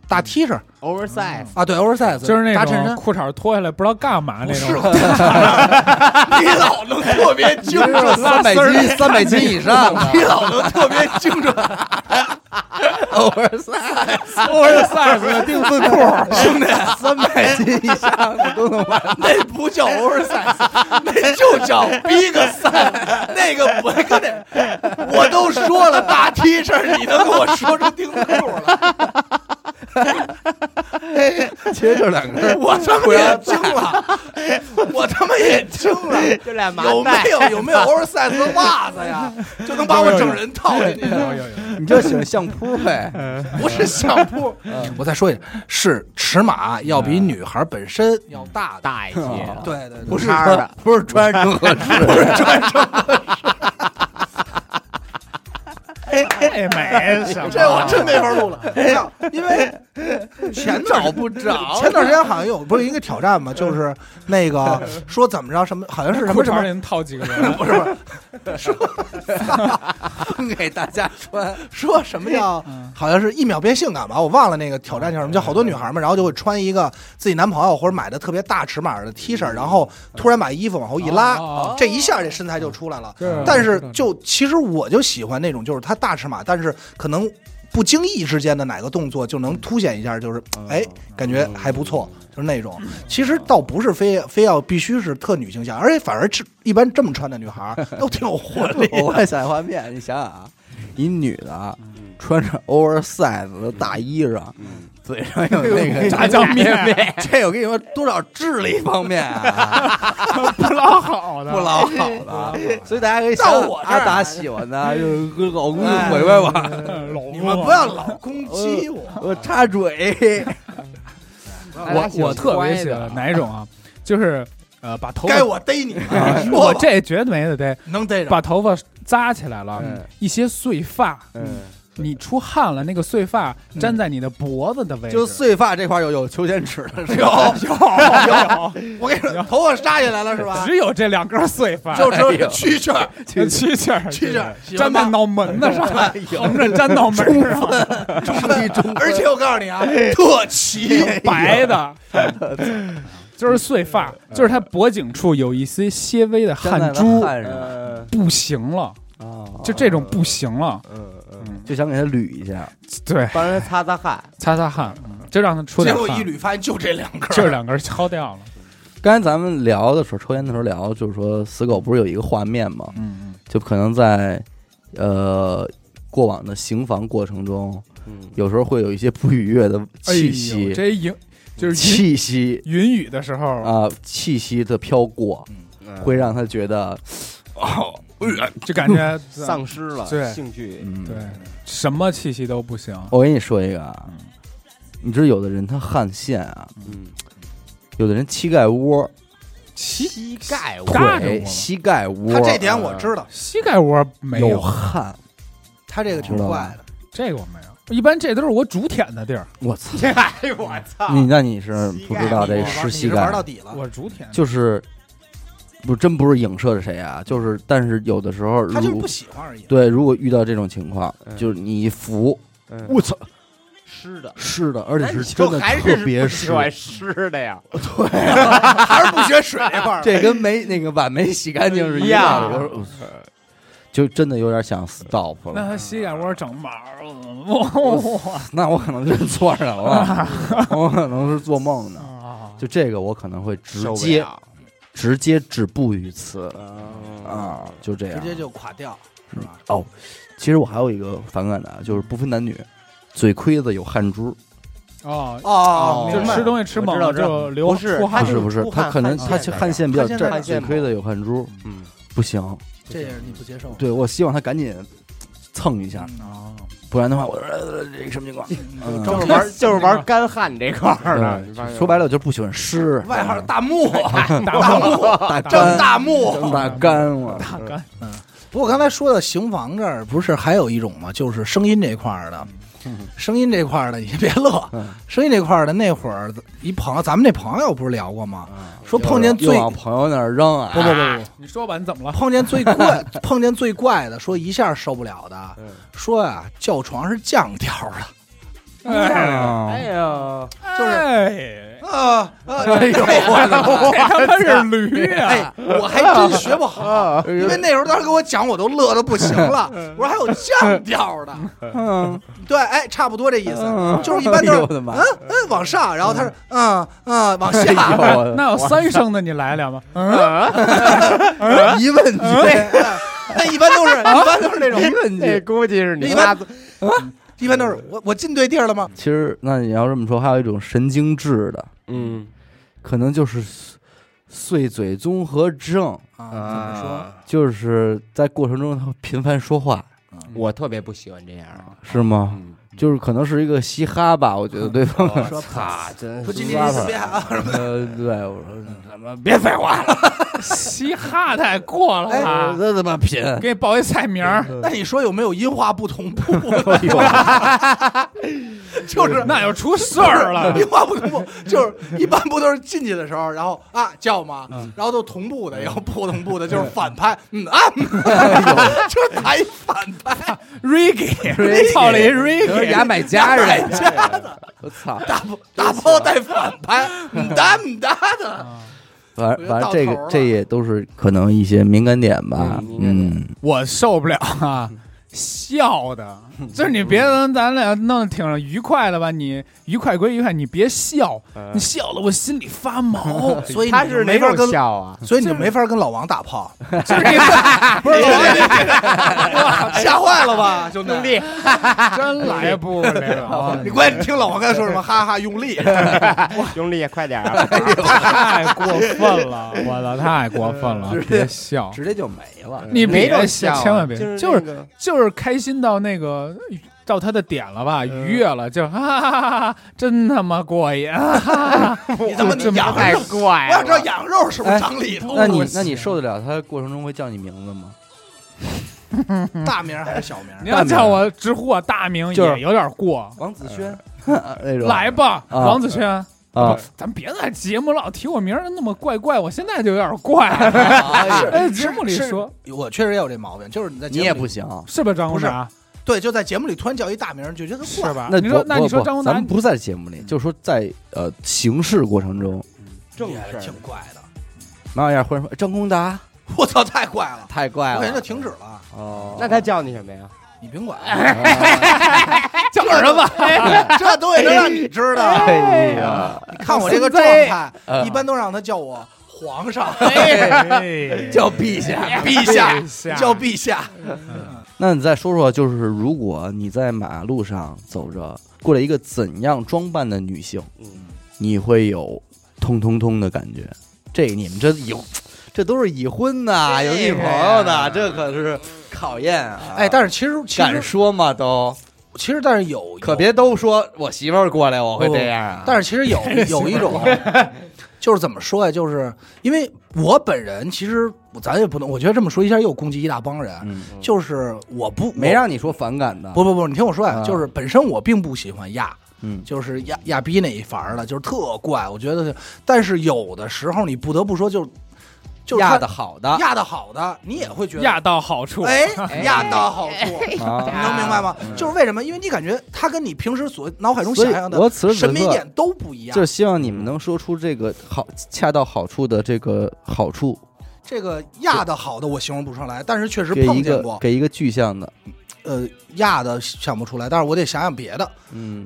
大 T 恤 oversize 啊，对 oversize， 就是那大衬衫， 种裤衩脱下来不知道干嘛那种。 你老能特别精准 300斤以上的， 你老能特别精准。oversize 的丁字裤， 兄弟 ，300斤以上的都能买。 那不叫 oversize， 那就叫 big size。那个我都说了大 T 恤，你能给我说出丁字裤了？ 其实这两个， 我他妈也惊了，我他妈也惊了。 这俩麻袋有没有 oversize 的袜子呀？就能把我整人套进去。 有， 你就喜欢相扑呗？ 不是相扑。我再说一下，是尺码要比女孩本身要大一些。 对， 不是穿正合适， 不是穿正合适。 没什么， 这我真没法录了，因为前段时间好像不是一个挑战嘛，就是那个说怎么着什么，好像是什么人套几个人， 不是说分给大家穿， 说什么叫好像是1秒变性感吧，我忘了那个挑战叫什么，叫好多女孩们，然后就会穿一个自己男朋友或者买的特别大尺码的 T 恤，然后突然把衣服往后一拉，这一下这身材就出来了。但是其实我就喜欢那种，就是它大尺码，但是可能不经意之间的哪个动作就能凸显一下，就是感觉还不错，就是那种。其实倒不是非要必须是特女性向，而且反而一般这么穿的女孩都挺有活力。 我还想画面，你想想啊，一女的穿着 oversize 的大衣裳，嘴上有那个炸酱面， 这我跟你说多少智力方面啊， 不老好的， 所以大家可以想阿达喜欢的，就是和老公回来吧， 你们不要老攻击我插嘴。 我特别喜欢哪一种啊？就是把头发该我逮你了， 我这绝对没得逮， 能逮着， 把头发扎起来了，一些碎发，你出汗了，那个碎发粘在你的脖子的位置， 就碎发这块有求贤尺的， 有。我跟你说，头发扎下来了是吧？ 只有这2根碎发， 就是蛐蛐粘在脑门子上，横着粘脑门上， 而且我告诉你啊，特齐白的。就是碎发，就是他脖颈处有一些些微的汗珠，不行了，就这种不行了， 就想给他捋一下， 对， 帮人擦汗， 就让他出点汗。 结果一捋发现就这2根， 就是2根敲掉了。 刚才咱们聊的时候，抽烟的时候聊，就是说死狗不是有一个画面吗？就可能在过往的行房过程中，有时候会有一些不愉悦的气息， 就是气息， 云雨的时候啊，气息的飘过，会让他觉得， 就感觉丧失了兴趣， 对，什么气息都不行。 我跟你说一个啊，你知道有的人他汗腺啊，有的人膝盖窝， 膝盖窝， 他这点我知道， 膝盖窝没有汗， 他这个挺怪的， 这个我没有。一般这都是我主舔的地儿， 我操！ 我操！ 那你是不知道这是膝盖， 玩到底了。 我主舔就是真不是影射谁啊，就是但是有的时候他就是不喜欢而已。 对，如果遇到这种情况，就是你一扶，我操，湿的，而且是真的特别湿的呀。 对，还是不学水那块儿， 这跟那个碗没洗干净是一样的。就真的有点想 stop 了。 那他膝盖窝整毛了，那我可能认错人了，我可能是做梦呢。就这个我可能会直接止步于此啊，就这样， 直接就垮掉，是吧？ 哦，其实我还有一个反感的，就是不分男女，嘴盔子有汗珠。 就吃东西吃猛了就流出汗， 不是，他可能他汗腺比较正，嘴盔子有汗珠，不行。 这也是你不接受？ 对，我希望他赶紧蹭一下不然的话，我这什么情况？ 就是玩干旱这块儿的。 说白了，我就不喜欢湿。 外号大木， 大干，我大干。 不过刚才说的刑房这儿不是还有一种吗？就是声音这块儿的。声音这块儿的你别乐，声音这块儿的那会儿一朋友，咱们那朋友不是聊过吗？说碰见最往朋友那儿扔啊！ 不， 你说吧，你怎么了？ 碰见最怪的，说一下受不了的，说呀叫床是降调的。 哎呀， 就是哎呦，我他妈是驴啊！ 哎，我还真学不好，因为那时候当时给我讲，我都乐得不行了。我说还有降调的，对，哎，差不多这意思，就是一般都是往上，然后他是往下。 那有3声的，你来了吗？ 疑问句， 那一般都是那种疑问句， 估计是你一般都是我进对地儿了吗？ 其实，那你要这么说，还有一种神经质的，可能就是碎嘴综合症啊。怎么说？ 就是在过程中他会频繁说话， 我特别不喜欢这样， 是吗？就是可能是一个嘻哈吧，我觉得对方说他真是今天别啊， 对，我说怎么别废话了， 嘻哈太过了吧？ 这怎么品？ 给你报一菜名儿。 那你说有没有音画不同步？就是那就出事儿了。 音画不同步，就是一般不都是进去的时候，然后叫吗？然后都同步的，然后不同步的就是反拍，就是打一反拍 ，Reggae， 操了一 Reggae， 牙买加人， 我操，打包带反拍，哒的。 反正这也都是可能一些敏感点吧。 我受不了啊。笑的，就是你别能咱俩弄得挺愉快的吧？你愉快归愉快，你别笑，你笑了我心里发毛。 所以他是没法跟笑啊， 所以你就没法跟老王打炮。 就是你不是老王，吓坏了吧，兄弟？ 用力， 真来不了。 你关键听老王刚才说什么？哈哈，用力， 用力，快点啊！ 太过分了，我操，太过分了！别笑， 直接就没了。 你别笑， 千万别， 就是开心到那个到他的点了吧，愉悦了，就真他妈过瘾！ 你他妈养太怪了！ 我想知道养肉是不是长里头？ 那你受得了他过程中会叫你名字吗？ 大名还是小名？ 你要叫我直呼我大名也有点过。 王子轩那种， 来吧，王子轩。咱别在节目老提我名儿，那么怪，我现在就有点怪。节目里说， 我确实也有这毛病，就是你在节目里你也不行， 是吧？张宏达， 对，就在节目里突然叫一大名，就觉得怪， 是吧？ 那你说张宏达， 咱们不在节目里，就是说在行事过程中， 正也挺怪的。 马小燕忽然说张宏达， 我操，太怪了， 太怪了， 我感觉就停止了。 哦，那他叫你什么呀？ 你甭管， 叫什么？ 这东西能让你知道？ 哎呀， 你看我这个状态，一般都让他叫我皇上， 叫陛下， 叫陛下。 那你再说说，就是如果你在马路上走着，过来一个怎样装扮的女性，你会有通通通的感觉？这你们这都是已婚的，有女朋友的，这可是考验啊！ 哎，但是其实敢说吗？ 其实但是有， 可别都说我媳妇儿过来我会这样啊！ 但是其实有一种，就是怎么说呀？就是因为我本人其实咱也不能，我觉得这么说一下又攻击一大帮人。就是我没让你说反感的， 不，你听我说呀，就是本身我并不喜欢就是亚逼那一法的，就是特怪，我觉得。但是有的时候你不得不说，就是压的好的，你也会觉得压到好处， 压到好处，你能明白吗？就是为什么？因为你感觉他跟你平时所脑海中想象的审美点都不一样。 就是希望你们能说出这个恰到好处的这个好处。 这个压的好的我形容不出来，但是确实碰见过。 给一个具象的， 压的想不出来，但是我得想想别的。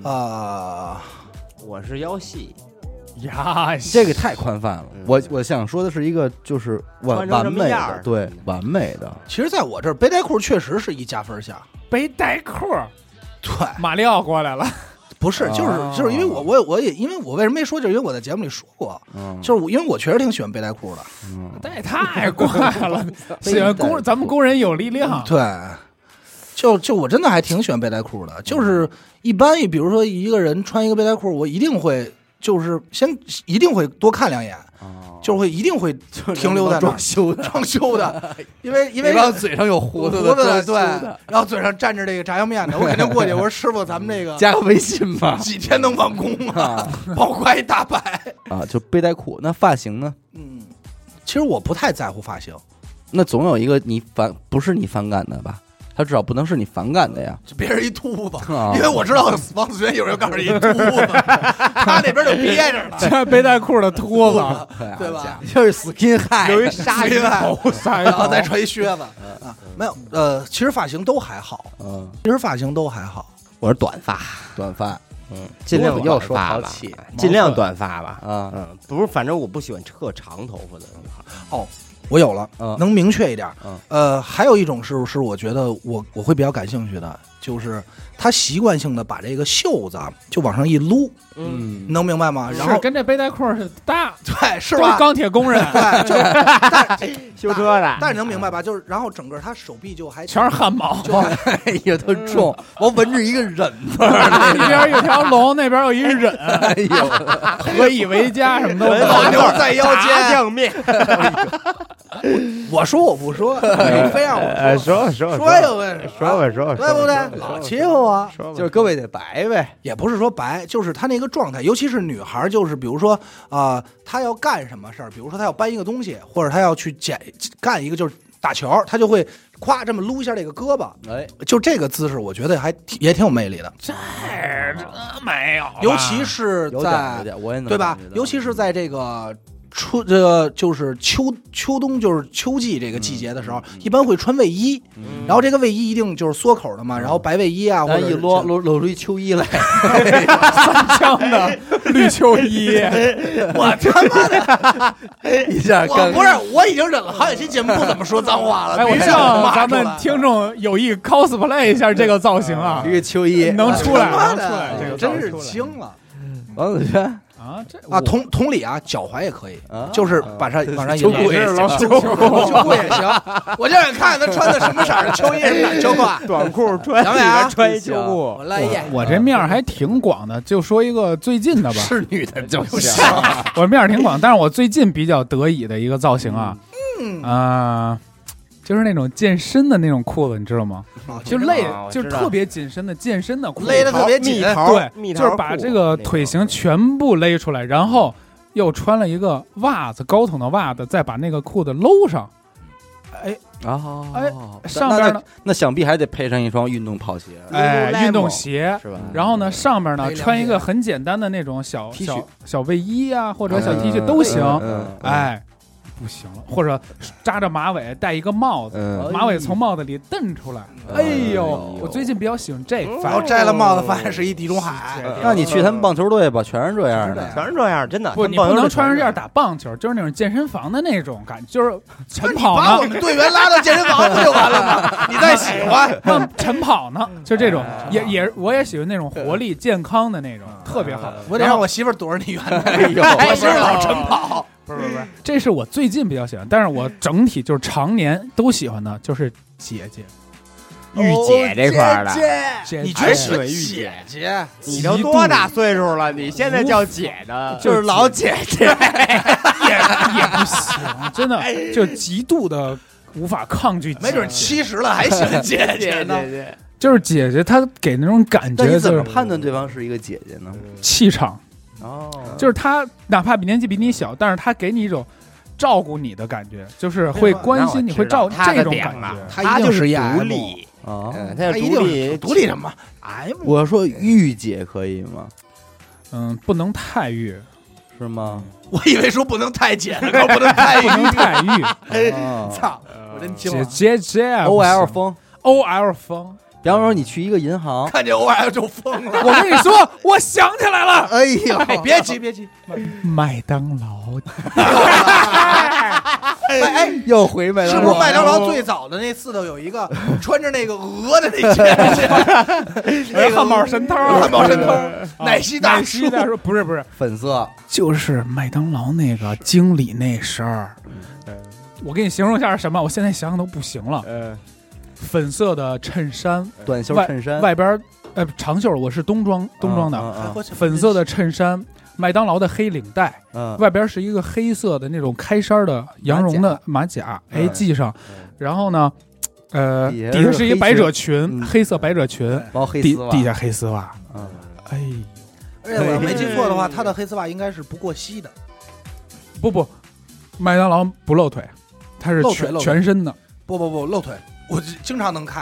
我是腰细。 呀， 这个太宽泛了。我想说的是一个就是完美的，对，完美的。 其实在我这儿背带裤确实是一加分项。 背带裤， 对， 马里奥过来了。 不是，就是因为我也因为我为什么没说，就是因为我在节目里说过，就是因为我确实挺喜欢背带裤的。 这也太怪了，喜欢咱们工人有力量。 对，就我真的还挺喜欢背带裤的，就是一般比如说一个人穿一个背带裤，我一定会。就是一定会多看两眼，就是一定会停留在装修的，因为嘴上有胡子的，对，然后嘴上蘸着这个炸酱面的，我肯定过去，我说师傅，咱们这个加个微信吧， 几天能完工啊？帮我挂一大白啊！就背带裤，那发型呢？ 其实我不太在乎发型， 那总有一个不是你反感的吧？ 他至少不能是你反感的呀。 别人一秃子，因为我知道王子轩有人告诉你秃子，他那边就憋着呢， 穿背带裤的秃子， 对吧？ 就是 skin high， 有一鲨鱼头， 然后再穿一靴子啊，没有，其实发型都还好，其实发型都还好。 我是短发，尽量又说短发吧， 淘气， 尽量短发吧。不是，反正我不喜欢特长头发的女孩。 哦，我有了，能明确一点。还有一种是我觉得我会比较感兴趣的，就是他习惯性的把这个袖子就往上一撸，能明白吗？然后跟这背带裤是搭， 对，是吧？ 钢铁工人， 对，就是修车的， 但是能明白吧？就是然后整个他手臂就还全是汗毛， 哎呀，特重，我闻着一个忍字， 一边有条龙，那边有一忍， 哎呦， 何以为家什么都老牛在腰间， 炸酱面。 我说我不说，你非让我说有问题， 说， 对不对？老欺负我， 就是各位得白呗， 也不是说白，就是他那个状态，尤其是女孩，就是比如说她要干什么事儿，比如说她要搬一个东西，或者她要去干一个就是打球，她就会夸这么撸一下这个胳膊，哎，就这个姿势，我觉得也挺有魅力的。 这没有， 尤其是在我也能对吧？尤其是在这个。就是秋冬就是秋季这个季节的时候，一般会穿卫衣，然后这个卫衣一定就是缩口的嘛，然后白卫衣啊，或者一露出一秋衣来， 三枪的绿秋衣， 我他妈的一下， 我已经忍了好几期节目不怎么说脏话了。 哎，我希望咱们听众有意 cosplay 一下这个造型啊， 一个秋衣能出来，这个真是惊了， 王子轩。 同理啊，脚踝也可以，就是往上一秋裤也行， 秋裤也行。我就想看看他穿的什么色的秋衣、秋裤、 短裤穿，里面穿一秋裤。 我这面还挺广的，就说一个最近的吧。 是女的就行。 我面挺广，但是我最近比较得意的一个造型啊，就是那种健身的那种裤子，你知道吗？就是特别紧身的健身的裤子， 勒得特别紧， 对，就是把这个腿型全部勒出来，然后又穿了一个袜子，高筒的袜子，再把那个裤子搂上。上边呢， 那想必还得配上一双运动跑鞋， 运动鞋是吧？ 然后呢，上边呢穿一个很简单的那种小卫衣啊，或者小 T 恤都行，不行了，或者扎着马尾，戴一个帽子，马尾从帽子里蹬出来。哎呦，我最近比较喜欢这， 然后摘了帽子，发现是一地中海。 那你去他们棒球队吧，全是这样的， 全是这样，真的。 不，你不能穿成这样打棒球，就是那种健身房的那种感觉，就是晨跑呢。 把我们队员拉到健身房不就完了吗？你再喜欢晨跑呢，就这种，我也喜欢那种活力健康的那种，特别好。 我得让我媳妇躲着你远点，我媳妇老晨跑。 不是，这是我最近比较喜欢，但是我整体就是常年都喜欢的，就是姐姐、 御姐这块的。 你觉得喜欢御姐姐？ 你都多大岁数了？你现在叫姐的， 就是老姐姐， 也不行，真的就极度的无法抗拒。 没准70了还喜欢姐姐呢。 就是姐姐，她给那种感觉。 你怎么判断对方是一个姐姐呢？ 气场。就是他哪怕年纪比你小，但是他给你一种照顾你的感觉，就是会关心你，会照这种感觉。 他一定是独立他一定独立什么？ 我说御姐可以吗？ 不能太御， 是吗？ 我以为说不能太姐，不能太御， 不能太御。 操！我真惊了。姐 OL 风 ，OL 风。 比方说，你去一个银行， 看见 OL 就疯了。 我跟你说，我想起来了。 哎呦， 别急， 麦当劳。 又回麦当劳。 是不是麦当劳最早的那4头有一个穿着那个鹅的那件？ 那个汉堡神偷， 奶昔大叔， 不是粉色， 就是麦当劳那个经理那身儿。我给你形容一下是什么？我现在想想都不行了。粉色的衬衫， 短袖衬衫， 外边长袖，我是冬装的，粉色的衬衫，麦当劳的黑领带，外边是一个黑色的那种开衫的羊绒的马甲，系上，然后呢，底下是一百褶裙，黑色百褶裙，底下黑丝袜， 而且我要没记错的话，他的黑丝袜应该是不过膝的， 不，麦当劳不露腿，它是全身的， 不露腿。我经常能看见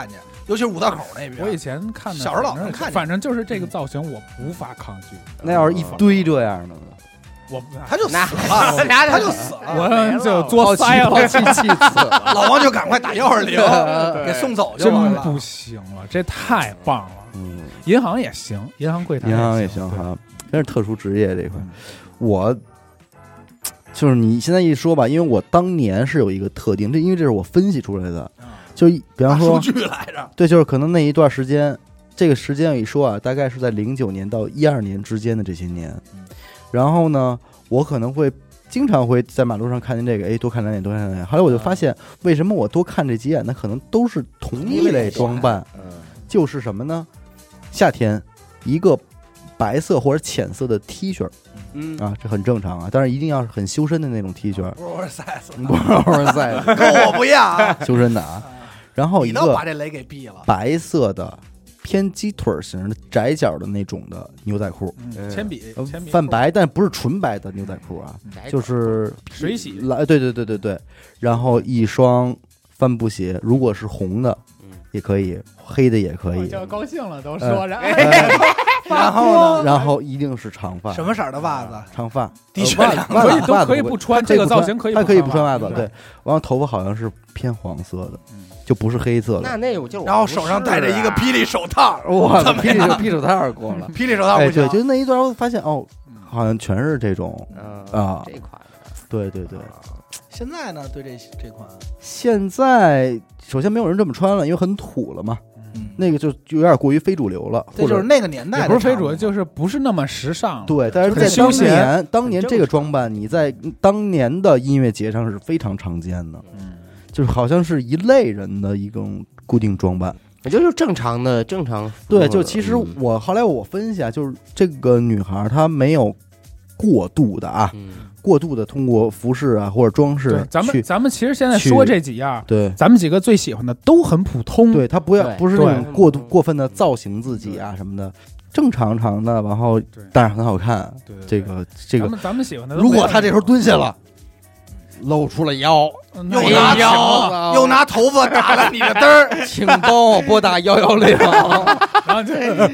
尤其是五道口那边。 我以前看的， 小时候老能看见， 反正就是这个造型我无法抗拒。 那要是一堆这样的呢？ 他就死了，他就死了， 我就作腮了， 气死了。 老王就赶快打120给送走就完了。 真不行了，这太棒了。银行也行，银行柜台也行哈，真是特殊职业这块。我就是你现在一说吧，因为我当年是有一个特定，因为这是我分析出来的，就比方说数据来着， 对，就是可能那一段时间，这个时间一说啊，大概是在09年到12年之间的这些年。然后呢，我可能会经常会在马路上看见这个，哎，多看两眼，多看两眼。后来我就发现，为什么我多看这几眼？那可能都是同一类装扮，就是什么呢？夏天一个白色或者浅色的 T 恤，啊，这很正常啊，但是一定要是很修身的那种 T 恤， 不是 oversize， 不是 oversize， 跟我不一样啊， 修身的啊。然后一个把这雷给毙了， 白色的。偏鸡腿型的窄脚的那种的牛仔裤， 铅笔泛白，但不是纯白的牛仔裤啊，就是水洗蓝，对，然后一双帆布鞋，如果是红的也可以，黑的也可以。 就高兴了都说， 然后呢？ 然后一定是长发， 什么色的袜子？ 长发， 的确可以不穿这个造型， 他可以不穿袜子，对。然后头发好像是偏黄色的。就不是黑色的， 那我就然后手上戴着一个霹雳手套， 哇，霹雳手套过了， 霹雳手套不行。 对，就那一段我发现哦，好像全是这种啊， 这款， 对。 现在呢，对这款， 现在首先没有人这么穿了，因为很土了嘛，那个就有点过于非主流了， 这就是那个年代， 不是非主流，就是不是那么时尚。 对，但是在当年这个装扮，你在当年的音乐节上是非常常见的。就是好像是一类人的一种固定装扮， 也就是正常。 对，就其实我后来我分析啊，就是这个女孩她没有过度的啊，过度的通过服饰啊或者装饰。 咱们其实现在说这几样， 对， 咱们几个最喜欢的都很普通。 对，她不是那种过分的造型自己啊什么的。正常的，然后但是很好看。这个咱们喜欢的， 如果她这时候蹲下了。露出了腰， 又拿头发打了你的灯儿， 请帮我拨打110。 然后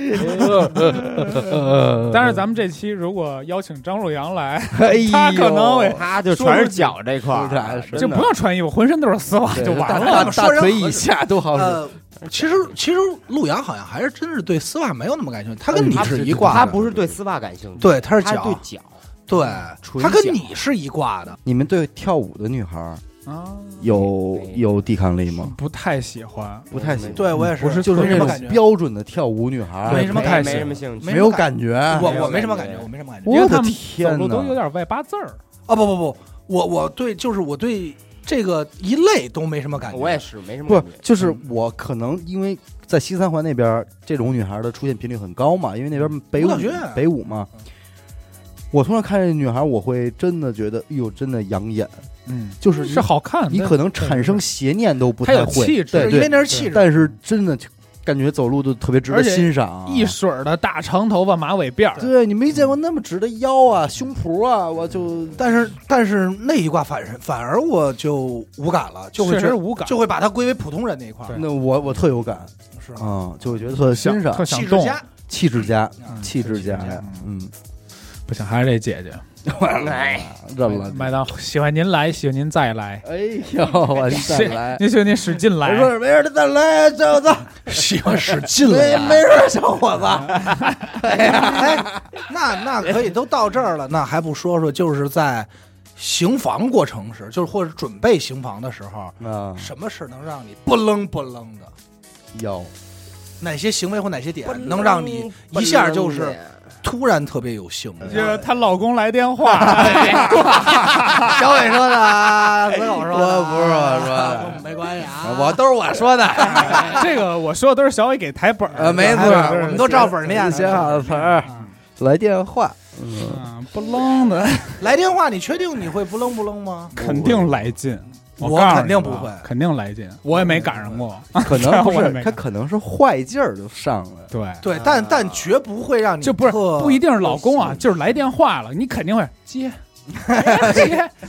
但是咱们这期如果邀请张若阳来，他可能会， 他就全是脚这块儿， 就不用穿衣服，浑身都是丝袜就完了， 大腿以下都好使。 其实陆阳好像还是真是对丝袜没有那么感兴趣，他跟你是一挂的， 他不是对丝袜感兴趣， 对，他是对脚。对，他跟你是一挂的。 你们对跳舞的女孩有抵抗力吗？ 不太喜欢， 不太喜欢。 对我也是， 就是那种标准的跳舞女孩， 没什么兴趣， 没有感觉。 我没什么感觉，我没什么感觉。 因为他们走路都有点外八字儿。 啊不，我对这个一类都没什么感觉。 我也是没什么感觉。 不，就是我可能因为在西三环那边这种女孩的出现频率很高嘛，因为那边北舞嘛。我通常看这女孩，我会真的觉得，哎呦，真的养眼，就是好看。 你可能产生邪念都不太会， 气质， 对， 因为那是气质。 但是真的感觉走路都特别值得欣赏， 一水儿的大长头发马尾辫， 对你没见过那么直的腰啊、胸脯啊，我就， 但是那一挂反而我就无感了，就会觉得无感， 就会把它归为普通人那一块。 那我特有感， 是啊，就会觉得特欣赏，气质家， 不行，还是这姐姐。 认了， 麦当喜欢您来，喜欢您再来。 哎呦，我再来， 您喜欢您使劲来。 没事，再来，小伙子。 喜欢使劲来， 没事，小伙子。 那可以，都到这儿了，那还不说，就是在行房过程时，就是或者准备行房的时候，什么事能让你不愣的？ 有哪些行为或哪些点能让你一下就是突然特别有兴趣？ 就是她老公来电话， 小伟说的，死狗说的， 不是我说的， 没关系啊， 都是我说的。 这个我说的都是小伟给台本没错， 我们都照本念， 写好的词儿。来电话， 不愣的。 来电话，你确定你会不愣吗？ 肯定来劲。 我肯定不会， 肯定来劲，我也没赶上过。 可能不是，他可能是坏劲儿就上来。 对，但绝不会让你就不一定是老公啊，就是来电话了，你肯定会接。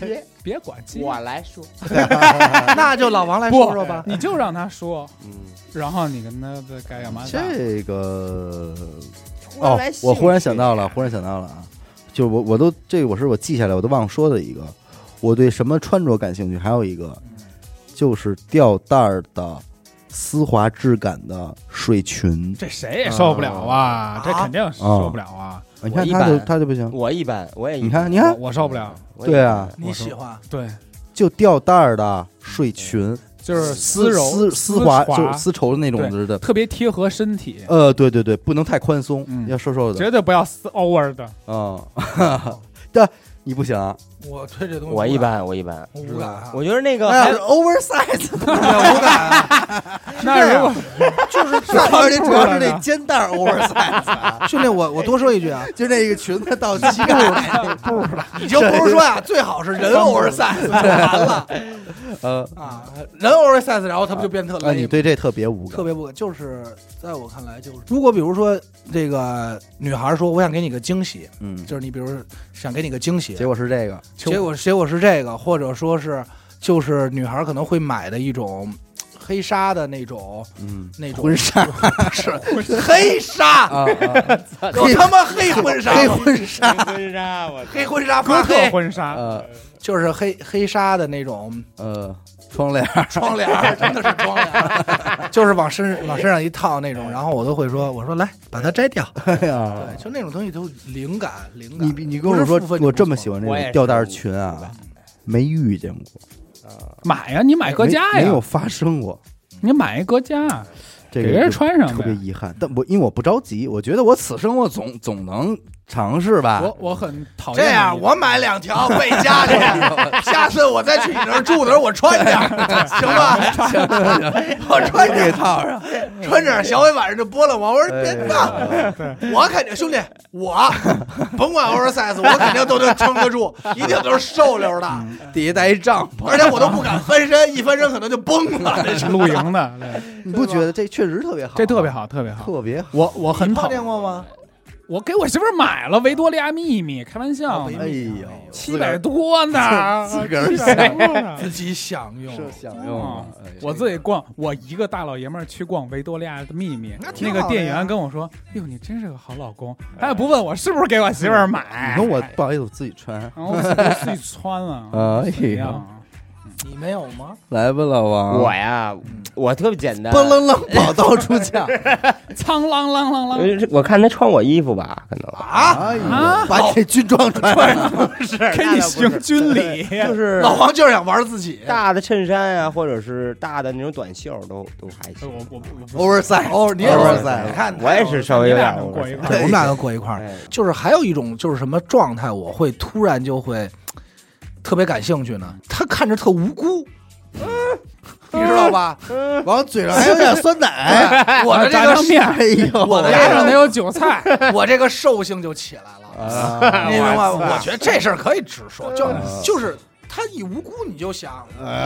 别管接， 我来说， 那就老王来说说吧。 你就让他说，然后你跟他该干嘛？ 这个我忽然想到了啊，就是我都这个我记下来，我都忘了说的一个，我对什么穿着感兴趣，还有一个就是吊带的丝滑质感的睡裙， 这谁也受不了啊！这肯定受不了啊！ 你看他就不行， 我一般，我也你看我受不了。 对啊， 你喜欢对， 就吊带的睡裙， 就是丝柔丝滑，就是丝绸的那种的， 特别贴合身体。 对对对，不能太宽松，要瘦瘦的， 绝对不要丝 over 的。 对，你不行。 我对这东西我一般， 我无感。 我觉得那个还是 oversize 的无感。 那如果就是主要是那肩带 oversize。 兄弟，我多说一句啊， 就那个裙子到膝盖不是，你就不是说呀，最好是人 oversize 就完了。人 oversize， 然后他不就变特累？ 你对这特别无感， 特别不感。就是在我看来，就是如果比如说这个女孩说我想给你个惊喜，就是你比如想给你个惊喜， 结果是这个。 结果是这个，或者说是就是女孩可能会买的一种黑纱的那种，那种婚纱是黑纱有他妈黑婚纱， 黑婚纱， 黑婚纱， 哥特婚纱， 就是黑纱的那种， 窗帘， 真的是窗帘，就是往身上一套那种，然后我都会说，我说来把它摘掉， 哎呀， 对，就那种东西都灵感。 你跟我说，我这么喜欢这个吊带裙啊，没遇见过。 买呀，你买搁家呀， 没有发生过。 你买一搁家， 这给人穿上， 特别遗憾。但因为我不着急，我觉得我此生我总能尝试吧。 我很讨厌这样，我买2条备家去，下次我再去你那儿住的时候我穿点，行吧？我穿这套上，穿这小伟晚上就拨了我，我说别闹，我肯定兄弟，我甭管 oversize， 我肯定都能撑得住，一定都是瘦溜的， 底下带一帐篷， 而且我都不敢翻身，一翻身可能就崩了。这是露营的， 你不觉得这确实特别好？ 这特别好，特别好， 特别好。 我很讨厌过吗？ 我给我媳妇儿买了维多利亚秘密，开玩笑， 哎呦 ，700多呢， 自个儿自己享用， 享用。 我自己逛，我一个大老爷们儿去逛维多利亚的秘密，那个店员跟我说：“哟，你真是个好老公。”他也不问我是不是给我媳妇儿买。 你说我不好意思，我自己穿， 我自己穿了。 哎呀。 你没有吗？ 来吧，老王。 我呀，我特别简单， 嘣楞楞宝刀出鞘， 苍啷啷啷啷。 我看他穿我衣服吧，可能把你军装穿上， 不是给你行军礼， 就是老王就是想玩自己， 大的衬衫啊，或者是大的那种短袖都还行。 我 oversize， 你也 oversize， 你看我也是稍微有点过一块，我们俩都过一块。就是还有一种就是什么状态，我会突然就会特别感兴趣呢？他看着特无辜，你知道吧？ 往嘴上还有点酸奶， 我的这个面， 我的牙上得有韭菜， 我这个兽性就起来了，你明白吗？我觉得这事儿可以直说，就是他一无辜你就想，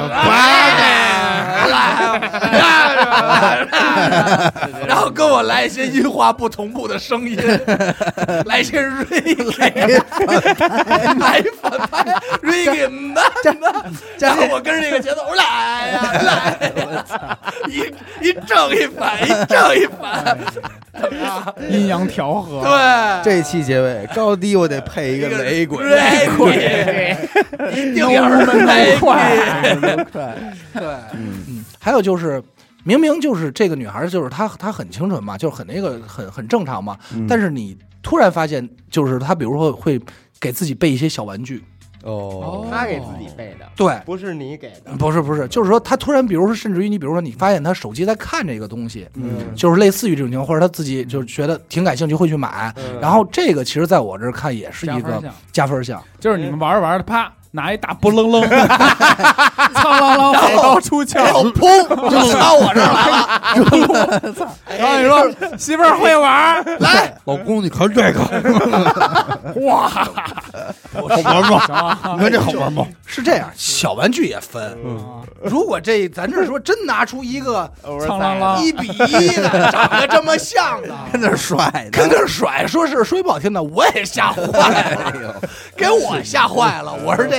然后跟我来一些音画不同步的声音，来一些 reggae， 来反拍 reggae 的，然后我跟着这个节奏，来，一正一反，一正一反， 阴阳调和。 对， 这期结尾高低我得配一个雷鬼， 一定要是雷鬼，对，还有就是。明明就是这个女孩，就是她很清纯嘛，就是很那个很正常嘛。但是你突然发现，就是她比如说会给自己备一些小玩具。 她给自己备的， 对， 不是你给的， 不是，就是说她突然，比如说，甚至于你，比如说你发现她手机在看这个东西，就是类似于这种情况，或者她自己就觉得挺感兴趣会去买。然后这个其实在我这儿看也是一个加分项， 就是你们玩着玩着，啪。拿一大不楞楞，苍啷啷宝刀出鞘， 砰就朝我这儿来了。 然后你说媳妇儿会玩， 来，老公你看这个， 哇， 好玩吗？你看这好玩吗？ 是这样，小玩具也分。如果咱这说真拿出一个苍啷啷 1:1的，长得这么像的， 跟那甩， 说是说不好听的，我也吓坏了，给我吓坏了。我是这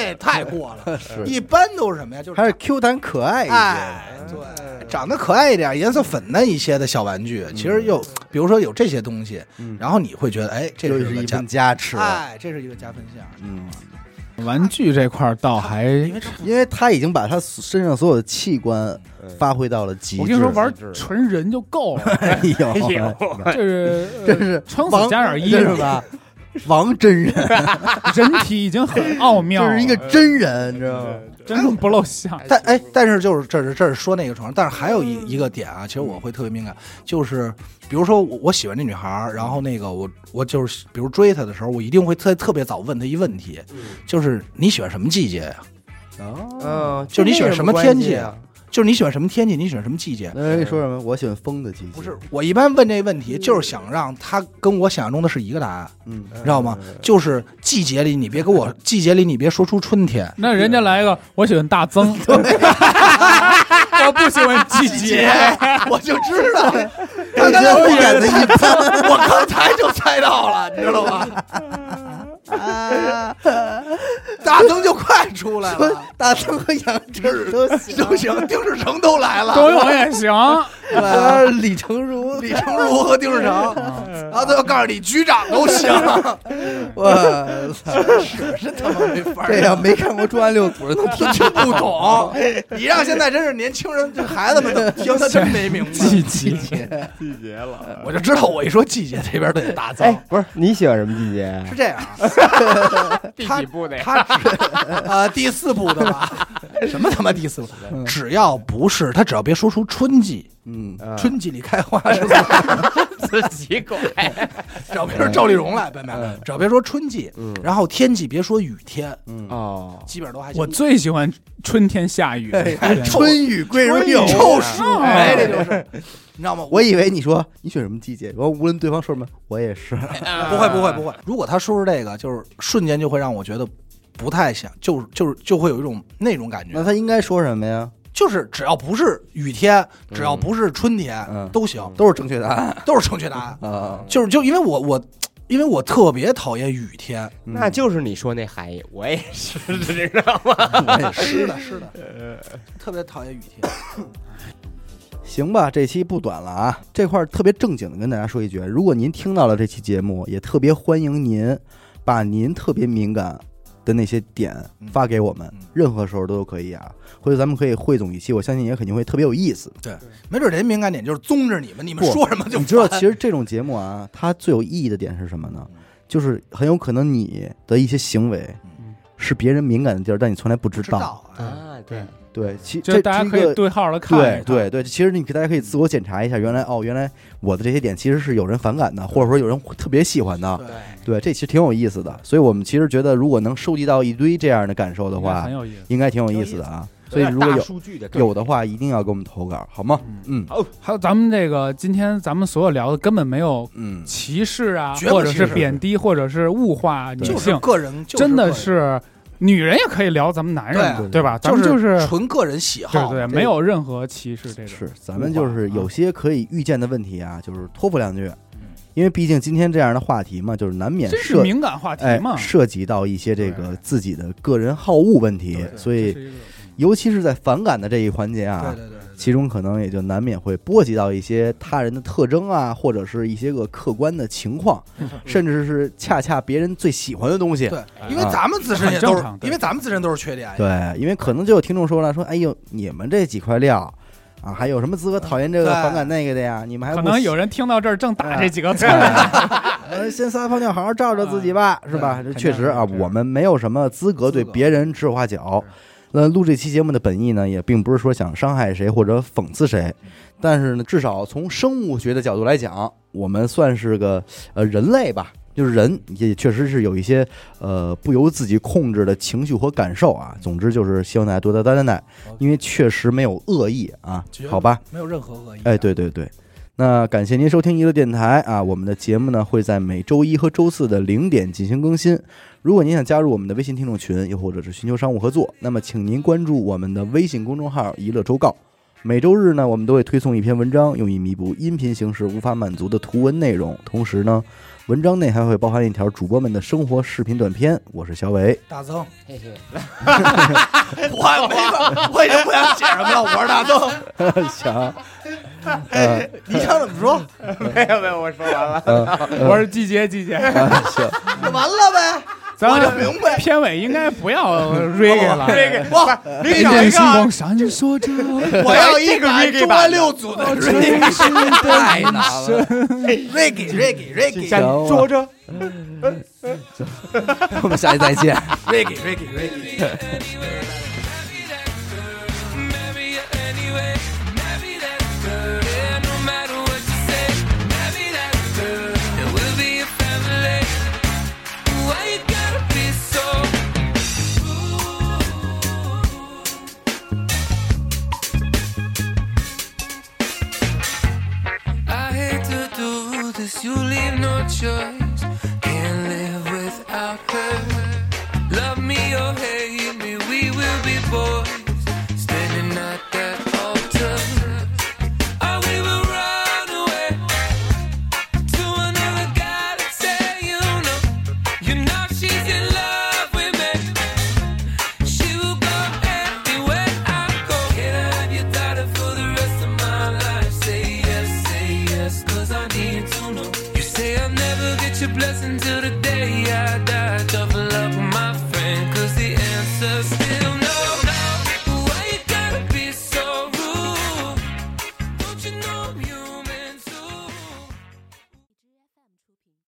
这太过了。一般都是什么呀？就是还是 Q 弹可爱一些， 对，长得可爱一点、颜色粉嫩一些的小玩具，其实又比如说有这些东西，然后你会觉得，哎，这是一份加持， 哎，这是一个加分项。 玩具这块倒还， 因为他已经把他身上所有的器官发挥到了极致。 我跟你说，玩纯人就够了。 哎呦，这是撑死加点一是吧？王真人， 人体已经很奥妙， 这是一个真人，你知道吗？ 真不露相。 但是就是这是说那个床，但是还有一个点啊，其实我会特别敏感，就是比如说我喜欢这女孩，然后那个我就是比如追她的时候，我一定会特别早问她一问题，就是你喜欢什么季节呀？就是你喜欢什么天气啊？就是你喜欢什么天气，你喜欢什么季节？ 那你说什么？我喜欢风的季节。 不是，我一般问这个问题，就是想让他跟我想象中的是一个答案，知道吗？就是季节里你别说出春天。 那人家来一个，我喜欢大增，我不喜欢季节， 我就知道， 他刚才演的一般， 我刚才就猜到了，你知道吗？大增就快出来了， 大增和杨志都行，丁世成都来了， 都有也行。 李成儒和丁世成，然后他要告诉你局长都行。 我操， 是他妈没法。 这样没看过《重案六组》的都听不懂。你让现在真是年轻人，这孩子们都听，他真没明白。 季节了， 我就知道，我一说季节这边得大增。 不是你喜欢什么季节？ 是这样。 第几部的？ 他第4部的吧？什么他妈第4部？只要别说出春季，春季里开花是自己拐。 只要别说赵丽蓉来，只要别说春季，然后天气别说雨天，基本上都还行。 我最喜欢春天下雨， 春雨贵如油， 臭水，这就是。你知道吗？ 我以为你说你选什么季节，我无论对方说什么，我也是。 不会。如果他说出这个，就是瞬间就会让我觉得不太想，就会有一种那种感觉。 那他应该说什么呀？ 就是只要不是雨天，只要不是春天，都行， 都是正确答案， 啊！就因为我特别讨厌雨天， 那就是你说那海，我也是，知道吗？ 我也是的，特别讨厌雨天。 行吧，这期不短了啊！这块特别正经的跟大家说一句，如果您听到了这期节目，也特别欢迎您把您特别敏感的那些点发给我们，任何时候都可以啊。或者咱们可以汇总一期，我相信也肯定会特别有意思。 对，没准这敏感点就是宗着你们说什么就。 你知道，其实这种节目啊，它最有意义的点是什么呢？就是很有可能你的一些行为是别人敏感的地儿，但你从来不知道啊。 对， 就大家可以对号的看。 对，其实大家可以自我检查一下，原来我的这些点其实是有人反感的，或者说有人特别喜欢的。对，这其实挺有意思的。所以我们其实觉得，如果能收集到一堆这样的感受的话，应该挺有意思的啊。所以如果有的话，一定要给我们投稿，好吗？ 好。还有咱们这个今天咱们所有聊的根本没有歧视啊，或者是贬低，或者是物化女性， 个人真的是。女人也可以聊咱们男人，对吧？咱们就是纯个人喜好， 对，没有任何歧视。这种是咱们就是有些可以预见的问题啊，就是托付两句，因为毕竟今天这样的话题嘛，就是难免是敏感话题嘛， 涉及到一些这个自己的个人好恶问题，所以尤其是在反感的这一环节啊。对，其中可能也就难免会波及到一些他人的特征啊，或者是一些个客观的情况，甚至是恰恰别人最喜欢的东西。 对，因为咱们自身也都是，因为咱们自身都是缺点。 对，因为可能就有听众说了，说哎呦，你们这几块料啊，还有什么资格讨厌这个反感那个的呀？你们还可能有人听到这儿正打这几个字， 先撒泡尿，好好照照自己吧，是吧？确实啊，我们没有什么资格对别人指手画脚。那录这期节目的本意呢，也并不是说想伤害谁或者讽刺谁，但是呢，至少从生物学的角度来讲，我们算是个人类吧，就是人也确实是有一些不由自己控制的情绪和感受啊。总之就是希望大家多多担待，因为确实没有恶意啊，好吧？ 没有任何恶意。 哎，对。那感谢您收听娱乐电台啊，我们的节目呢会在每周一和周四的0点进行更新。如果您想加入我们的微信听众群，又或者是寻求商务合作，那么请您关注我们的微信公众号娱乐周告。每周日呢，我们都会推送一篇文章，用以弥补音频形式无法满足的图文内容。同时呢， 文章内还会包含一条主播们的生活视频短片。我是小伟， 大曾， 嘿嘿， 我已经不想写什么了，我是大曾。 行， 你想怎么说？ 没有，我说完了。 我是季节， 行， 那完了呗。 咱就明白片尾应该不要 reggae 了， 不， 一点星光闪烁着， 我要一个中外六组的 reggae， 太难了。 reggae， 坐着。 我们下期再见。 reggae。